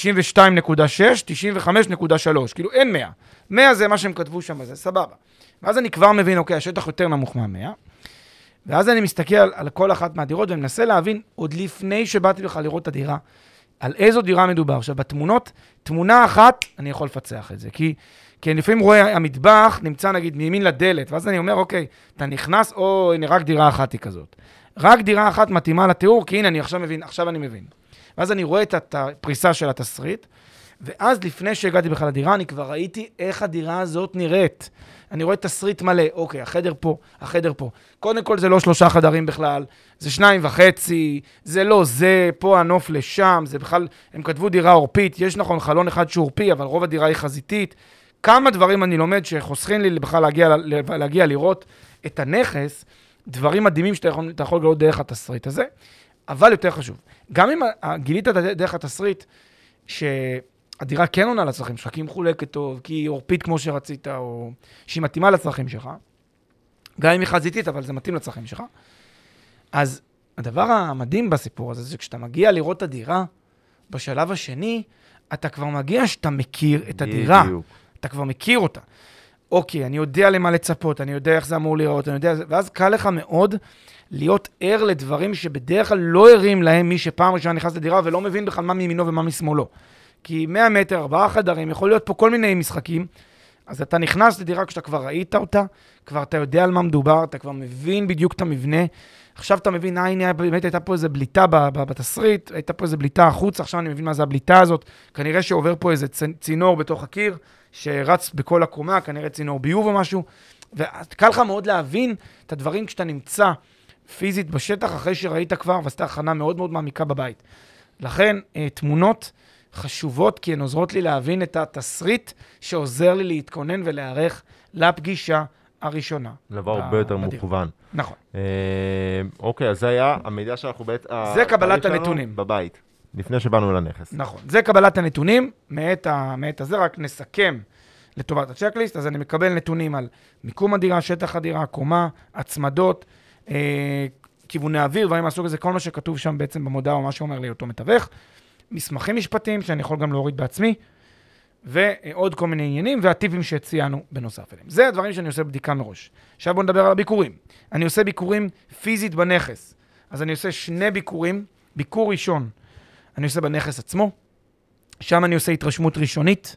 95.3, כאילו אין 100. 100 זה מה שהם כתבו שם, זה סבבה. ואז אני כבר מבין, אוקיי, השטח יותר נמוך מה-100, ואז אני מסתכל על כל אחת מהדירות, ואני מנסה להבין, עוד לפני שבאתי בכלל לראות את הדירה, על איזו דירה מדובר. עכשיו, בתמונות, תמונה אחת, אני יכול לפצח את זה, כי אני לפעמים רואה המטבח נמצא נגיד מימין לדלת, ואז אני אומר, אוקיי, אתה נכנס, או הנה, רק דירה אחת היא כזאת. רק דירה אחת מתאימה לתיאור, כי הנה, אני עכשיו אני מבין. ואז אני רואה את הפריסה של התסריט, ואז לפני שהגעתי בכלל לדירה, אני כבר ראיתי איך הדירה הזאת נראית. אני רואה תסריט מלא, אוקיי, החדר פה. קודם כל זה לא 3 חדרים בכלל, זה 2.5, זה לא זה, פה הנוף לשם, זה בכלל, הם כתבו דירה אורפית, יש נכון חלון אחד שהוא אורפי, אבל רוב הדירה היא חזיתית. כמה דברים אני לומד שחוסכים לי בכלל להגיע לראות את הנכס, דברים מדהימים שאתה יכול לראות דרך התסריט הזה, אבל יותר חשוב, גם אם גילית דרך התסריט, שהדירה כן עונה לצרכים שלך, כי היא מחולקת טוב, כי היא אורפית כמו שרצית, או שהיא מתאימה לצרכים שלך, גם אם היא חזיתית, אבל זה מתאים לצרכים שלך, אז הדבר המדהים בסיפור הזה, זה כשאתה מגיע לראות את הדירה, בשלב השני, אתה כבר מגיע שאתה מכיר את הדירה. אתה כבר מכיר אותה. אוקיי, אני יודע למה לצפות, אני יודע איך זה אמור לראות, ואז קל לך מאוד להיות ער לדברים שבדרך כלל לא ערים להם מי שפעם ראשונה נכנס לדירה ולא מבין בכלל מה מימינו ומה משמאלו. כי 100 מטר, 4 חדרים, יכול להיות פה כל מיני משחקים, אז אתה נכנס לדירה כשאתה כבר ראית אותה, כבר אתה יודע על מה מדובר, אתה כבר מבין בדיוק את המבנה, עכשיו אתה מבין, הנה, באמת הייתה פה איזה בליטה בתסריט, הייתה פה איזה בליטה החוץ, עכשיו אני מבין מה זה הבליטה הזאת, כנראה שעובר פה איזה צינור בתוך הקיר, שרץ בכל הקומה, כנראה צינור ביוב או משהו, וקל לך מאוד להבין את הדברים כשאתה נמצא פיזית בשטח, אחרי שראית כבר, ועשתה הכנה מאוד מאוד מעמיקה בבית. לכן, תמונות חשובות, כי הן עוזרות לי להבין את התסריט, שעוזר לי להתכונן ולהערך לפגישה הראשונה. דבר הרבה יותר מוכוון. נכון. אוקיי, אז זה היה המידע שאנחנו זה קבלת הנתונים. בבית, לפני שבאנו לנכס. נכון. זה קבלת הנתונים, מעת הזה, רק נסכם לטובת הצ'קליסט, אז אני מקבל נתונים על מיקום הדירה, שטח הדירה, קומה, הצמדות, כיווני אוויר, דברים מהסוג הזה, כל מה שכתוב שם בעצם במודעה, או מה שאומר לי אותו מתווך, מסמכים משפטיים שאני יכול גם להוריד בעצמי, ועוד כל מיני עניינים, והטיפים שציינו בנוסף אליהם. זה הדברים שאני עושה בדיקה מראש. עכשיו בואו נדבר על הביקורים. אני עושה ביקורים פיזית בנכס. אז אני עושה 2 ביקורים. ביקור ראשון, אני עושה בנכס עצמו. שם אני עושה התרשמות ראשונית,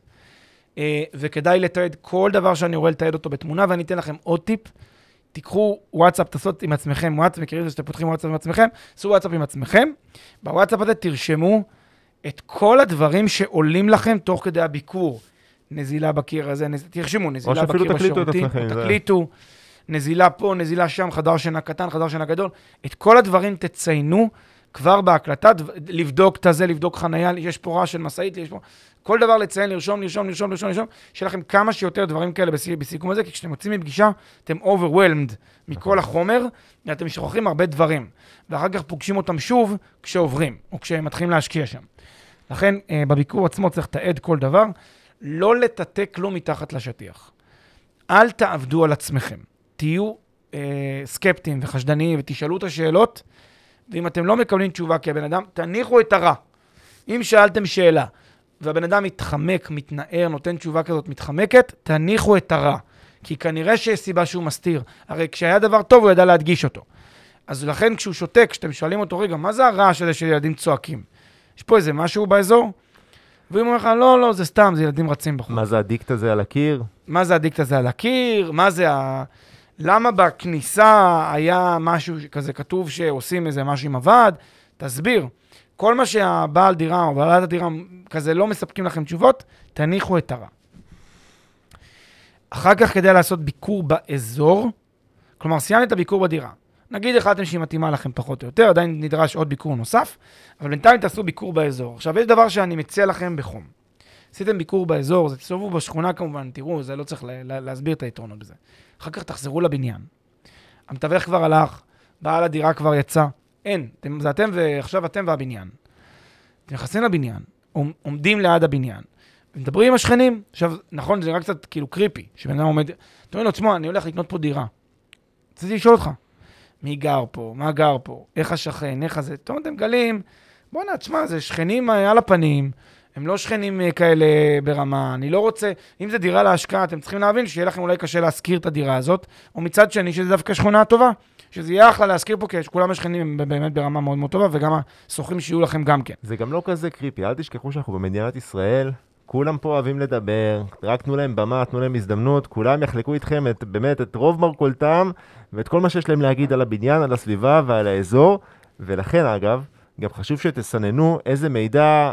וכדאי לתעד כל דבר שאני רואה לתעד אותו בתמונה, ואני אתן לכם עוד טיפ. תיקחו וואטסאפ, תעשו עם עצמכם, וואטסאפ, מכירים שאתם פותחים וואטסאפ עם עצמכם, עשו וואטסאפ עם עצמכם. בוואטסאפ הזה תרשמו את כל הדברים שעולים לכם תוך כדי הביקור. נזילה בקיר הזה, תרשמו, נזילה בקיר בשירותים, תקליטו, נזילה פה, נזילה שם, חדר שינה קטן, חדר שינה גדול. את כל הדברים תציינו כבר בהקלטה, לבדוק את זה, לבדוק חנייה, יש פה רעש של מסעית, יש פה... כל דבר לציין, לרשום, שיהיה לכם כמה שיותר דברים כאלה בסיכום הזה, כי כשאתם יוצאים מפגישה, אתם overwhelmed מכל החומר, ואתם שוכחים הרבה דברים, ואחר כך פוגשים אותם שוב כשעוברים, או כשמתחילים להשקיע שם. לכן, בביקור עצמו צריך לתעד כל דבר, לא לטאטא כלום מתחת לשטיח. אל תעבדו על עצמכם. תהיו סקפטיים וחשדניים ותשאלו את השאלות, ואם אתם לא מקבלים תשובה כבן אדם, תניחו את הרע. אם שאלתם שאלה, והבן אדם מתחמק, מתנער, נותן תשובה כזאת מתחמקת, תניחו את הרע. כי כנראה שיש סיבה שהוא מסתיר. הרי כשהיה דבר טוב, הוא ידע להדגיש אותו. אז לכן כשהוא שותק, כשאתם שואלים אותו, רגע, מה זה הרעש הזה של ילדים צועקים? יש פה איזה משהו באזור? והוא אומר לך, לא, זה סתם, זה ילדים רצים בחוץ. מה זה הדיקט הזה על הקיר? מה זה הדיקט הזה על הקיר? מה זה למה בכניסה היה משהו כזה כתוב שעושים איזה משהו עם הוועד? תסביר. כל מה שהבעל דירה או בעלת הדירה כזה לא מספקים לכם תשובות, תניחו את הרע. אחר כך כדי לעשות ביקור באזור, כלומר סיימת את הביקור בדירה. נגיד החלטתם שהיא מתאימה לכם פחות או יותר, עדיין נדרש עוד ביקור נוסף, אבל בינתיים תעשו ביקור באזור. עכשיו יש דבר שאני מציע לכם בחום. עשיתם ביקור באזור, זה תסתובבו בשכונה כמובן, תראו, זה לא צריך להסביר את היתרונות בזה. אחר כך תחזרו לבניין. המתווך כבר הלך, בעל הדירה כבר יצא. אין, זה אתם ועכשיו אתם והבניין. אתם נכנסים לבניין, עומדים ליד הבניין, ומדברים עם השכנים. עכשיו, נכון, זה נראה קצת כאילו קריפי, שבן אדם עומד, אתה אומר לו, תשמע, אני הולך לקנות פה דירה. רציתי לשאול אותך, מי גר פה, מה גר פה, איך השכן, איך הזה. טוב, אתם גלים, בוא'נה, תשמע, זה שכנים על הפנים, הם לא שכנים כאלה ברמה, אני לא רוצה, אם זה דירה להשקעה, אתם צריכים להבין שיהיה לכם אולי קשה להשכיר את הדירה הזאת, או מצד שני, שזה דווקא שכונה טובה, שזה יהיה אחלה להשכיר פה, כי כולם השכנים הם באמת ברמה מאוד מאוד טובה, וגם הסוחרים שיהיו לכם גם כן. זה גם לא כזה קריפי, אל תשכחו שאנחנו במדינת ישראל, כולם פה אוהבים לדבר, רק תנו להם במה, תנו להם הזדמנות, כולם יחלקו איתכם באמת את רוב מרכולתם, ואת כל מה שיש להם להגיד על הבניין, על הסביבה ועל האזור, ולכן אגב, גם חשוב שתסננו איזה מידע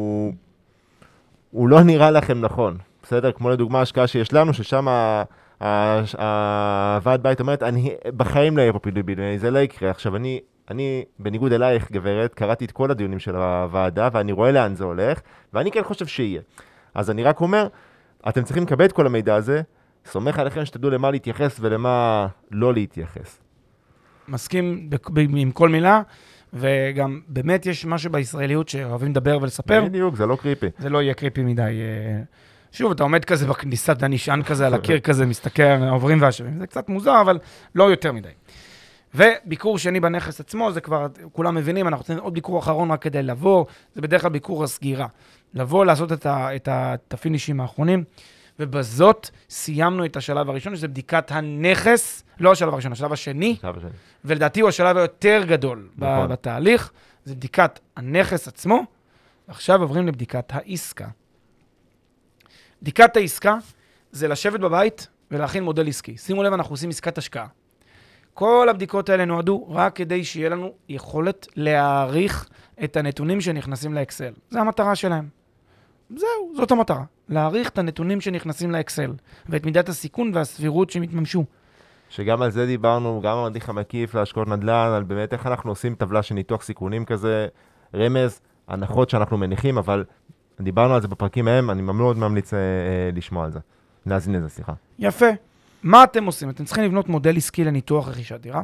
הוא לא נראה לכם נכון, בסדר? כמו לדוגמה השקעה שיש לנו, ששם הוועד בית אומרת, אני בחיים לא יהיה פה פינוי בינוי, זה לא יקרה. עכשיו אני בניגוד אלייך גברת, קראתי את כל הדיונים של הוועדה, ואני רואה לאן זה הולך, ואני כן חושב שיהיה. אז אני רק אומר, אתם צריכים לקבל את כל המידע הזה, סומך עליכם שתדעו למה להתייחס ולמה לא להתייחס. מסכים עם כל מילה, וגם באמת יש משהו בישראליות שאוהבים לדבר ולספר. בדיוק, זה לא קריפי. זה לא יהיה קריפי מדי. שוב, אתה עומד כזה בכניסה, אתה נשען כזה על הקיר כזה, מסתכל, עוברים והשבים. זה קצת מוזר, אבל לא יותר מדי. וביקור שני בנכס עצמו, זה כבר, כולם מבינים, אנחנו רוצים עוד ביקור אחרון רק כדי לבוא, זה בדרך כלל ביקור הסגירה. לבוא, לעשות את הפינישים האחרונים, ובזאת סיימנו את השלב הראשון, שזה בדיקת הנכס, לא השלב הראשון, השלב השני, ולדעתי הוא השלב היותר גדול בתהליך, זה בדיקת הנכס עצמו, ועכשיו עוברים לבדיקת העסקה. בדיקת העסקה זה לשבת בבית ולהכין מודל עסקי. שימו לב, אנחנו עושים עסקת השקעה. כל הבדיקות האלה נועדו רק כדי שיהיה לנו יכולת להעריך את הנתונים שנכנסים לאקסל. זו המטרה שלהם. זהו, זאת המטרה. להעריך את הנתונים שנכנסים לאקסל, ואת מידת הסיכון והסבירות שמתממשו. שגם על זה דיברנו, גם על המדריך המקיף להשקעות נדל"ן, על באמת איך אנחנו עושים טבלה של ניתוח סיכונים כזה, רמז, הנחות שאנחנו מניחים, אבל דיברנו על זה בפרקים מהם, אני מאוד ממליץ לשמוע על זה. להזין את זה, סליחה. יפה. מה אתם עושים? אתם צריכים לבנות מודל עסקי לניתוח רכישת דירה.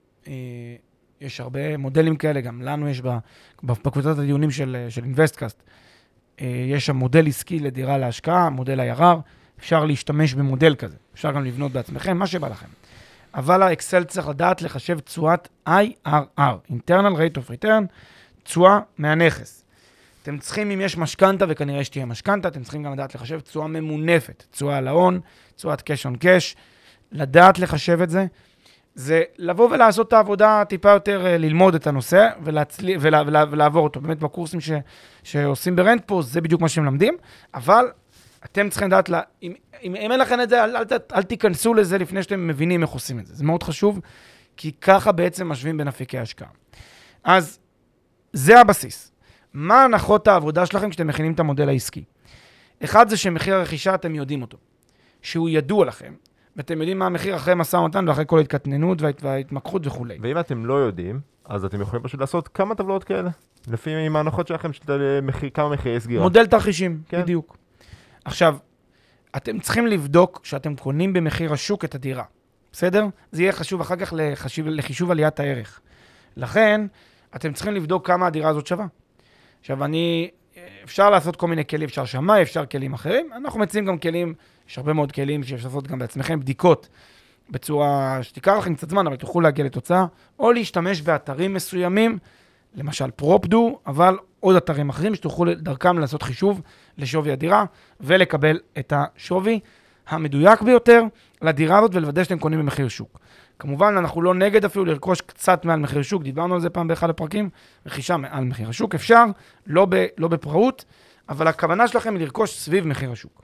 יש הרבה מודלים כאלה, גם לנו יש בקבוצת הדיונים של אינבסטקאסט, יש שם מודל עסקי לדירה להשקעה, מודל IRR, אפשר להשתמש במודל כזה, אפשר גם לבנות בעצמכם, מה שבא לכם. אבל האקסל צריך לדעת לחשב תשואת IRR, Internal Rate of Return, תשואה מהנכס. אתם צריכים, אם יש משכנתה, וכנראה שתהיה משכנתה, אתם צריכים גם לדעת לחשב תשואה ממונפת, תשואה על ההון, תשואת cash on cash, לדעת לחשב את זה, זה לבוא ולעשות את העבודה טיפה יותר, ללמוד את הנושא ולעבור אותו. באמת בקורסים שעושים ברנט פה, זה בדיוק מה שהם למדים, אבל אתם צריכים לדעת, אם אין לכם את זה, אל תיכנסו לזה לפני שאתם מבינים איך עושים את זה. זה מאוד חשוב, כי ככה בעצם משווים בין אפיקי ההשקעה. אז זה הבסיס. מה הנחות העבודה שלכם כשאתם מכינים את המודל העסקי? אחד זה שמחיר הרכישה אתם יודעים אותו, שהוא ידוע לכם, ואתם יודעים מה המחיר אחרי משא ומתן ואחרי כל ההתקטננות וההתמקחות וכו'. ואם אתם לא יודעים, אז אתם יכולים פשוט לעשות כמה טבלאות כאלה, לפי עם ההנחות שלכם כמה מחירי סגירה. מודל תרחישים, כן. בדיוק. עכשיו, אתם צריכים לבדוק שאתם קונים במחיר השוק את הדירה, בסדר? זה יהיה חשוב אחר כך לחישוב עליית הערך. לכן, אתם צריכים לבדוק כמה הדירה הזאת שווה. עכשיו, אפשר לעשות כל מיני כלים, אפשר שמאי, אפשר כלים אחרים. אנחנו מציעים גם כלים, יש הרבה מאוד כלים שאפשר לעשות גם בעצמכם, בדיקות בצורה שתיקח לכם קצת זמן, אבל תוכלו להגיע לתוצאה, או להשתמש באתרים מסוימים, למשל פרופדו, אבל עוד אתרים אחרים שתוכלו דרכם לעשות חישוב לשווי הדירה, ולקבל את השווי המדויק ביותר לדירה הזאת, ולוודא שאתם קונים במחיר שוק. כמובן, אנחנו לא נגד אפילו לרכוש קצת מעל מחיר שוק, דיברנו על זה פעם באחד הפרקים, רכישה מעל מחיר השוק, אפשר, לא בפראות, אבל הכוונה שלכם היא לרכוש סביב מחיר השוק.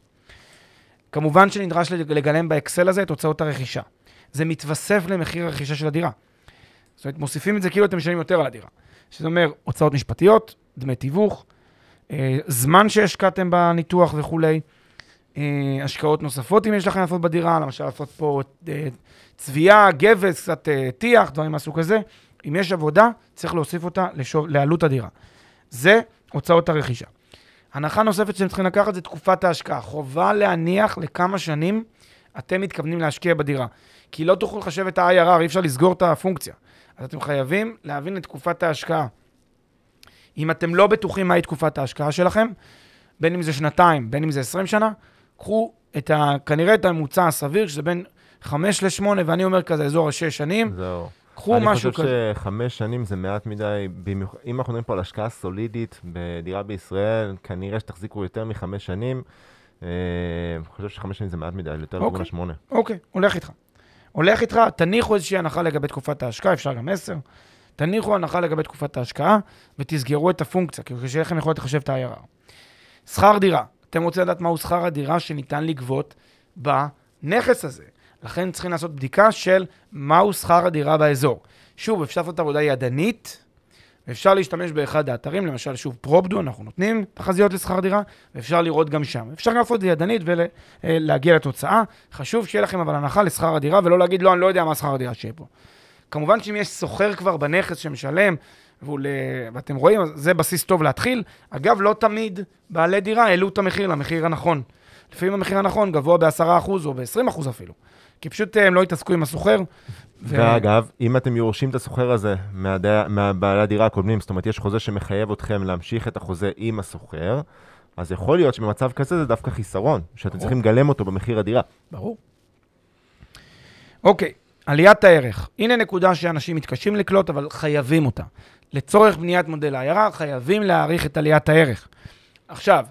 כמובן שנדרש לגלם באקסל הזה את הוצאות הרכישה. זה מתווסף למחיר הרכישה של הדירה. זאת אומרת, מוסיפים את זה כאילו אתם משלמים יותר על הדירה. שזה אומר, הוצאות משפטיות, דמי תיווך, זמן שהשקעתם בניתוח וכולי, השקעות נוספות אם יש לכם לעשות בדירה, למשל לעשות פה צביעה, גבס, קצת טיח, דברים מהסוג כזה. אם יש עבודה, צריך להוסיף אותה לעלות הדירה. זה הוצאות הרכישה. הנחה נוספת שאתם צריכים לקחת זה תקופת ההשקעה. חובה להניח לכמה שנים אתם מתכוונים להשקיע בדירה. כי לא תוכלו לחשב את ה-IRR, אי אפשר לסגור את הפונקציה. אז אתם חייבים להבין את תקופת ההשקעה. אם אתם לא בטוחים מהי תקופת ההשקעה שלכם, בין אם זה שנתיים, בין אם זה 20 שנה, קחו כנראה את הממוצע הסביר, שזה בין 5 ל-8, ואני אומר כזה, אזור 6 שנים. זהו. קחו משהו כזה. אני חושב ש5 שנים זה מעט מדי, אם אנחנו מדברים פה על השקעה סולידית בדירה בישראל, כנראה שתחזיקו יותר מ5 שנים. אני חושב ש5 שנים זה מעט מדי, יותר לכיוון 8. אוקיי, הולך איתך, תניחו איזושהי הנחה לגבי תקופת ההשקעה, אפשר גם 10. תניחו הנחה לגבי תקופת ההשקעה, ותסגרו את הפונקציה, כי שיהיה לכם יכולת לחשב את ה-IRR. שכר דירה. אתם רוצים לדעת מהו שכר הדירה שניתן לגבות בנכס הזה. לכן צריכים לעשות בדיקה של מהו שכר הדירה באזור. שוב, אפשר לעשות עבודה ידנית, ואפשר להשתמש באחד האתרים, למשל שוב פרופדו, אנחנו נותנים תחזיות לשכר דירה, ואפשר לראות גם שם. אפשר גם לעשות את זה ידנית ולהגיע לתוצאה. חשוב שיהיה לכם אבל הנחה לשכר הדירה, ולא להגיד, לא, אני לא יודע מה שכר הדירה שיהיה פה. כמובן שאם יש סוחר כבר בנכס שמשלם, ואתם רואים, זה בסיס טוב להתחיל. אגב, לא תמיד בעלי דירה העלו את המחיר למחיר הנכון. לפעמים המחיר הנכון גבוה ב10% או ב20% אפילו. כי פשוט הם לא התעסקו עם הסוחר. ואגב, אם אתם יורשים את הסוחר הזה מהבעלי הדירה הקודמים, זאת אומרת, יש חוזה שמחייב אתכם להמשיך את החוזה עם הסוחר, אז יכול להיות שבמצב כזה זה דווקא חיסרון, שאתם צריכים לגלם אותו במחיר הדירה. ברור. אוקיי, עליית הערך. הנה נקודה שאנשים מתקשים לקלוט, אבל חייבים אותה. לצורך בניית מודל ה-IRR, חייבים להעריך את עליית הערך. עכשיו,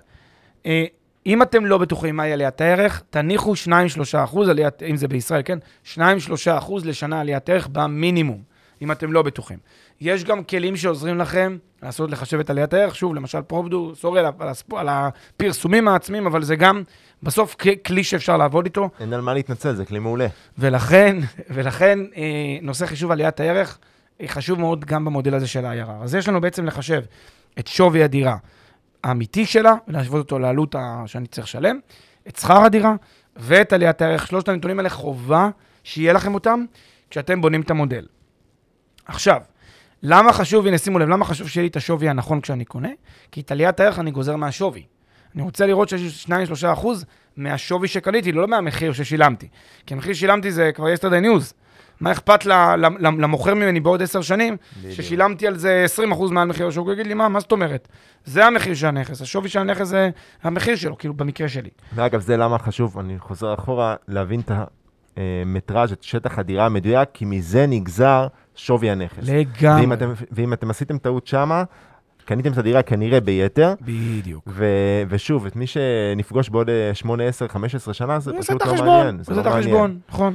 אם אתם לא בטוחים מהי עליית הערך, תניחו 2-3%, אם זה בישראל, כן? 2-3% לשנה עליית ערך במינימום, אם אתם לא בטוחים. יש גם כלים שעוזרים לכם לחשב את עליית הערך, שוב, למשל פרופדו, סורי על הפרסומים העצמיים, אבל זה גם בסוף כלי שאפשר לעבוד איתו. אין על מה להתנצל, זה כלי מעולה. ולכן נושא חישוב עליית הערך חשוב מאוד גם במודל הזה של ה-IRR. אז יש לנו בעצם לחשב את שווי הדירה האמיתי שלה, ולהשוות אותו לעלות שאני צריך לשלם, את שכר הדירה ואת עליית הערך. שלושת הנתונים האלה חובה שיהיה לכם אותם כשאתם בונים את המודל. עכשיו, למה חשוב, הנה שימו לב, למה חשוב שיהיה לי את השווי הנכון כשאני קונה? כי את עליית הערך אני גוזר מהשווי. אני רוצה לראות שיש 2-3% מהשווי שקניתי, לא מהמחיר ששילמתי. כי המחיר ששילמתי זה כבר yesterday news. מה אכפת למוכר ממני בעוד 10 שנים, ששילמתי על זה 20% מעל מחיר השוק, הוא יגיד לי, מה זאת אומרת? זה המחיר של הנכס, השווי של הנכס זה המחיר שלו, כאילו במקרה שלי. ואגב, זה למה חשוב, אני חוזר אחורה, להבין את המטראז', את שטח הדירה המדויק, כי מזה נגזר שווי הנכס. לגמרי. ואם אתם עשיתם טעות שמה, קניתם את הדירה כנראה ביתר. בדיוק. ושוב, את מי שנפגוש בעוד 8, 10, 15 שנה, זה פשוט לא מעניין. זה את החשבון, נכון.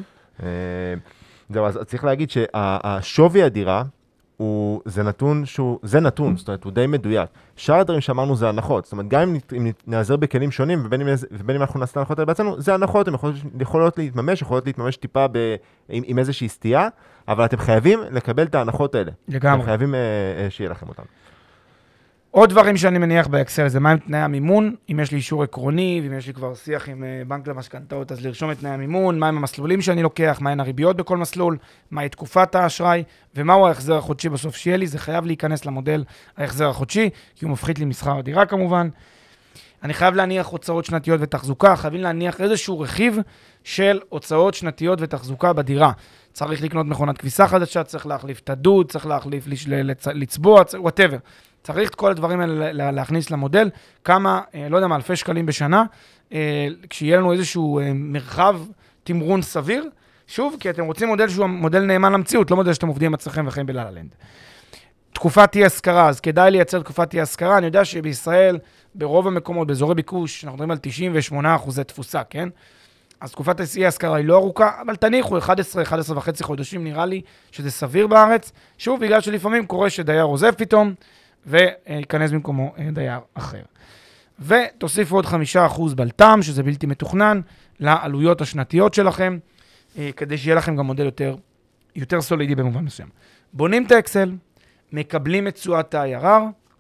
זהו, אז צריך להגיד שהשווי הדירה, זה נתון, זאת אומרת, הוא די מדויק. שאר הדברים שאמרנו זה הנחות, זאת אומרת, גם אם נעזר בכלים שונים, ובין אם אנחנו נעשה הנחות האלה בעצמנו, זה הנחות, הן יכולות להתממש טיפה עם איזושהי סטייה, אבל אתם חייבים לקבל את ההנחות האלה. לגמרי. אתם חייבים שיהיה לכם אותם. עוד דברים שאני מניח באקסל זה מה עם תנאי המימון, אם יש לי אישור עקרוני, ואם יש לי כבר שיח עם בנק למשכנתאות, אז לרשום את תנאי המימון, מה עם המסלולים שאני לוקח, מה עם הריביות בכל מסלול, מהי תקופת האשראי, ומהו ההחזר החודשי בסוף שיהיה לי, זה חייב להיכנס למודל ההחזר החודשי, כי הוא מפחית לי משכר הדירה כמובן. אני חייב להניח הוצאות שנתיות ותחזוקה, חייבים להניח איזשהו רכיב של הוצאות שנתיות ותחזוקה בדירה. צריך לקנות מכונת כביסה חדשה, צריך להחליף את הדוד, צריך להחליף לצבוע, whatever. צריך את כל הדברים האלה להכניס למודל, כמה, לא יודע מה, אלפי שקלים בשנה, כשיהיה לנו איזשהו מרחב תמרון סביר, שוב, כי אתם רוצים מודל שהוא מודל נאמן למציאות, לא מודל שאתם עובדים עם עצמכם וחיים בלה-לה-לנד. תקופת אי-השכרה, אז כדאי לייצר תקופת אי-השכרה. אני יודע שבישראל, ברוב המקומות, באזורי ביקוש, אנחנו מדברים על 98% תפוסה, כן? אז תקופת אי-השכרה היא לא ארוכה, אבל תניחו 11.5 חודשים, נראה לי שזה סביר בארץ. שוב, בגלל שלפעמים קורה שדייר עוזב פתאום, וייכנס במקומו דייר אחר. ותוסיפו עוד 5% בלתם, שזה בלתי מתוכנן, לעלויות השנתיות שלכם, כדי שיהיה לכם גם מודל יותר סולידי במובן מסוים. בונים את האקסל, מקבלים את תשואת ה-IRR,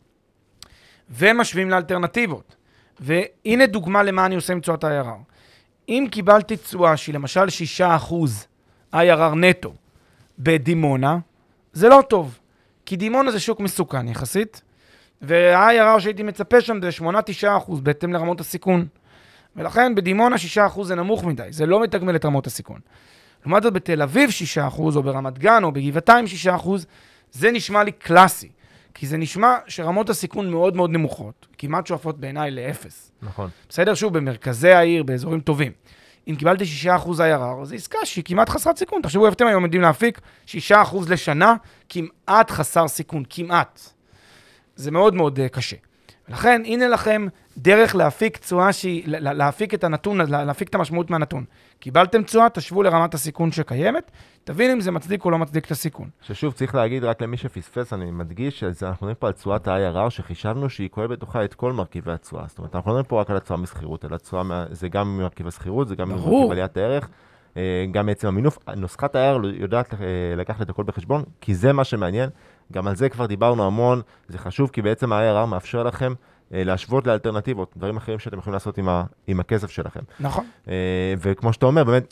ומשווים לאלטרנטיבות. והנה דוגמה למה אני עושה עם תשואת ה-IRR. אם קיבלתי תשואה שהיא למשל 6% IRR נטו בדימונה, זה לא טוב. כי דימונה זה שוק מסוכן יחסית, וה-IRR שהייתי מצפה שם זה 8-9% בהתאם לרמות הסיכון. ולכן בדימונה 6% זה נמוך מדי, זה לא מתגמל את רמות הסיכון. לעומת זאת בתל אביב 6% או ברמת גן או בגבעתיים 6%, זה נשמע לי קלאסי. כי זה נשמע שרמות הסיכון מאוד מאוד נמוכות, כמעט שואפות בעיניי לאפס. נכון. בסדר, שוב, במרכזי העיר, באזורים טובים. אם קיבלתי 6% IRR, אז זה עסקה שהיא כמעט חסרת סיכון. תחשבו, אתם היום יודעים להפיק 6% לשנה, כמעט חסר סיכון, כמעט. זה מאוד מאוד קשה. לכן, הנה לכם דרך להפיק תשואה להפיק את הנתון, להפיק את המשמעות מהנתון. קיבלתם תשואה, תשוו לרמת הסיכון שקיימת, תבין אם זה מצדיק או לא מצדיק את הסיכון. ששוב, צריך להגיד רק למי שפספס, אני מדגיש שאנחנו מדברים פה על תשואת ה-IRR, שחישבנו שהיא כולל בתוכה את כל מרכיבי התשואה. זאת אומרת, אנחנו מדברים פה רק על התשואה מסחירות, אלא זה גם מרכיב הסחירות, זה גם מרכיב עליית הערך, גם בעצם המינוף. נוסחת ה-IRR יודעת לקחת את הכל בחשבון, כי זה מה שמעניין. גם על זה כבר דיברנו המון, זה חשוב, כי בעצם ה-IRR מאפשר לכם להשוות לאלטרנטיבות, דברים אחרים שאתם יכולים לעשות עם הכסף שלכם. נכון. וכמו שאתה אומר, באמת,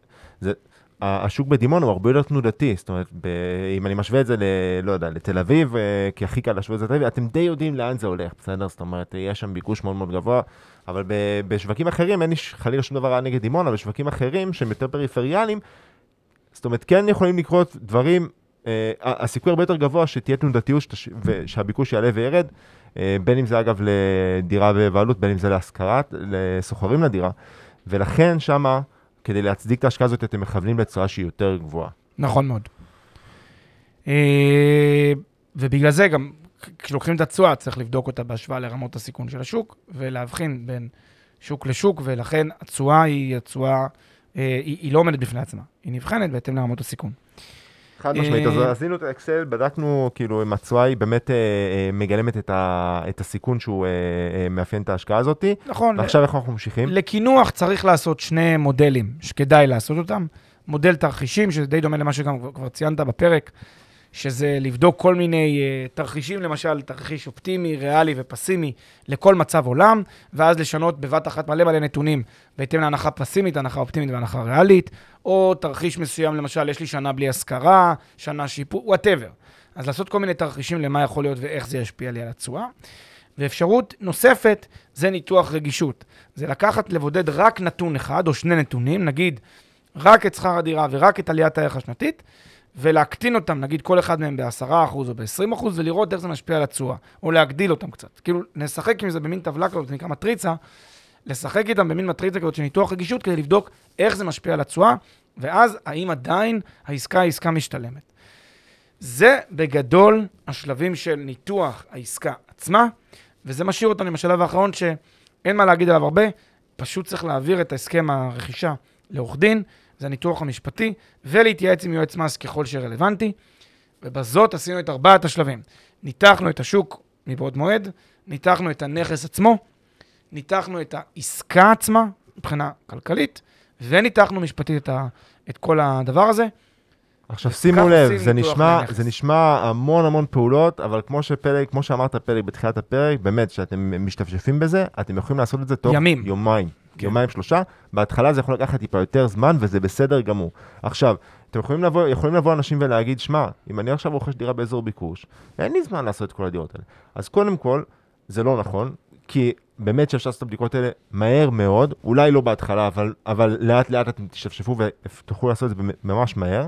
השוק בדימונה הוא הרבה יותר תנודתי, זאת אומרת, אם אני משווה את זה לא יודע, לתל אביב, כי הכי קל להשוות את זה לתל אביב, אתם די יודעים לאן זה הולך, בסדר? זאת אומרת, יש שם ביקוש מאוד מאוד גבוה, אבל בשווקים אחרים, אין לי חלילה שום דבר נגד דימונה, בשווקים אחרים שהם יותר פריפריאליים, זאת אומרת, כן יכולים לקרות דברים, הסיכוי הרבה יותר גבוה שתהיה תנודתיות ושהביקוש יעלה וירד, בין אם זה אגב לדירה בבעלות, בין אם זה להשכרת, לסוחרים לדירה, ולכן שמה, כדי להצדיק את ההשקעה הזאת, אתם מכוונים לתשואה שהיא יותר גבוהה. נכון מאוד. ובגלל זה גם, כשלוקחים את התשואה, צריך לבדוק אותה בהשוואה לרמות הסיכון של השוק, ולהבחין בין שוק לשוק, ולכן התשואה היא לא עומדת בפני עצמה. היא נבחנת בהתאם לרמות הסיכון. חד משמעית, אז עשינו את האקסל, בדקנו כאילו אם התשואה היא באמת מגלמת את הסיכון שהוא מאפיין את ההשקעה הזאת. נכון. ועכשיו איך אנחנו ממשיכים? לכינוח צריך לעשות שני מודלים שכדאי לעשות אותם. מודל תרחישים, שזה די דומה למה שגם כבר ציינת בפרק, שזה לבדוק כל מיני תרחישים, למשל תרחיש אופטימי, ריאלי ופסימי לכל מצב עולם, ואז לשנות בבת אחת מלא נתונים בהתאם להנחה פסימית, הנחה אופטימית והנחה ריאלית, או תרחיש מסוים, למשל, יש לי שנה בלי השכרה, שנה שיפור, whatever. אז לעשות כל מיני תרחישים למה יכול להיות ואיך זה ישפיע לי על התשואה. ואפשרות נוספת זה ניתוח רגישות. זה לקחת לבודד רק נתון אחד או שני נתונים, נגיד רק את שכר הדירה ורק את עליית הערך השנתית, ולהקטין אותם, נגיד כל אחד מהם ב10% או ב20%, ולראות איך זה משפיע על התשואה, או להגדיל אותם קצת. כאילו, נשחק עם זה במין טבלה כזאת, זה נקרא מטריצה, לשחק איתם במין מטריצה כזאת של ניתוח רגישות, כדי לבדוק איך זה משפיע על התשואה, ואז האם עדיין העסקה היא עסקה משתלמת. זה בגדול השלבים של ניתוח העסקה עצמה, וזה משאיר אותנו לשלב האחרון שאין מה להגיד עליו הרבה, פשוט צריך להעביר את ההסכם הרכישה לעורך דין, זה הניתוח המשפטי, ולהתייעץ עם יועץ מס ככל שרלוונטי, ובזאת עשינו את 4 השלבים. ניתחנו את השוק מבעוד מועד, ניתחנו את הנכס עצמו, ניתחנו את העסקה עצמה, מבחינה כלכלית, וניתחנו משפטית את כל הדבר הזה. עכשיו שימו לב, זה נשמע המון פעולות, אבל כמו שאמרת פלג בתחילת הפרק, באמת שאתם משתפשפים בזה, אתם יכולים לעשות את זה תוך יומיים. יומיים 3, בהתחלה זה יכול לקחת טיפה יותר זמן, וזה בסדר גמור. עכשיו, אתם יכולים לבוא אנשים ולהגיד, שמע, אם אני עכשיו רוכש דירה באזור ביקוש, אין לי זמן לעשות את כל הדירות האלה. אז קודם כל, זה לא נכון, כי באמת שאפשר לעשות את הבדיקות האלה מהר מאוד, אולי לא בהתחלה, אבל לאט לאט אתם תשתפשפו ותוכלו לעשות את זה ממש מהר.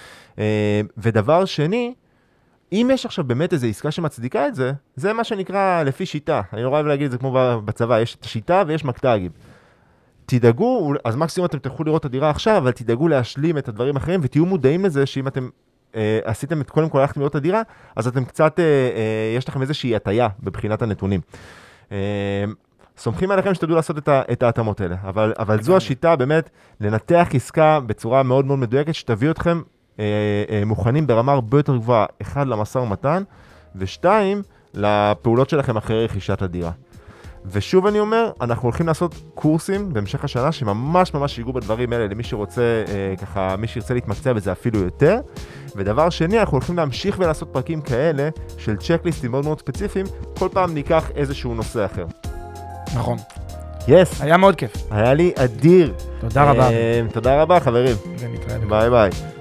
ודבר שני, אם יש עכשיו באמת איזו עסקה שמצדיקה את זה, זה מה שנקרא לפי שיטה. אני לא אוהב להגיד את זה כמו בצבא, יש את השיטה ויש מקטגים. תדאגו, אז מקסימום אתם תלכו לראות את הדירה עכשיו, אבל תדאגו להשלים את הדברים האחרים, ותהיו מודעים לזה שאם אתם עשיתם את קודם כל הלכתם לראות את הדירה, אז אתם קצת, יש לכם איזושהי הטיה בבחינת הנתונים. סומכים עליכם שתדעו לעשות את ההתאמות האלה, אבל זו השיטה באמת לנתח עסקה בצורה מאוד מאוד מדויקת, שתביא אתכם מוכנים ברמה הרבה יותר גבוהה, אחד למשא ומתן, ושתיים לפעולות שלכם אחרי רכישת הדירה. ושוב אני אומר, אנחנו הולכים לעשות קורסים בהמשך השנה שממש ממש ייגעו בדברים האלה למי שרוצה, ככה, מי שירצה להתמקצע בזה אפילו יותר. ודבר שני, אנחנו הולכים להמשיך ולעשות פרקים כאלה של צ'קליסטים מאוד מאוד ספציפיים, כל פעם ניקח איזשהו נושא אחר. נכון. יס. היה מאוד כיף. היה לי אדיר. תודה רבה. תודה רבה חברים. ונתראה. ביי ביי.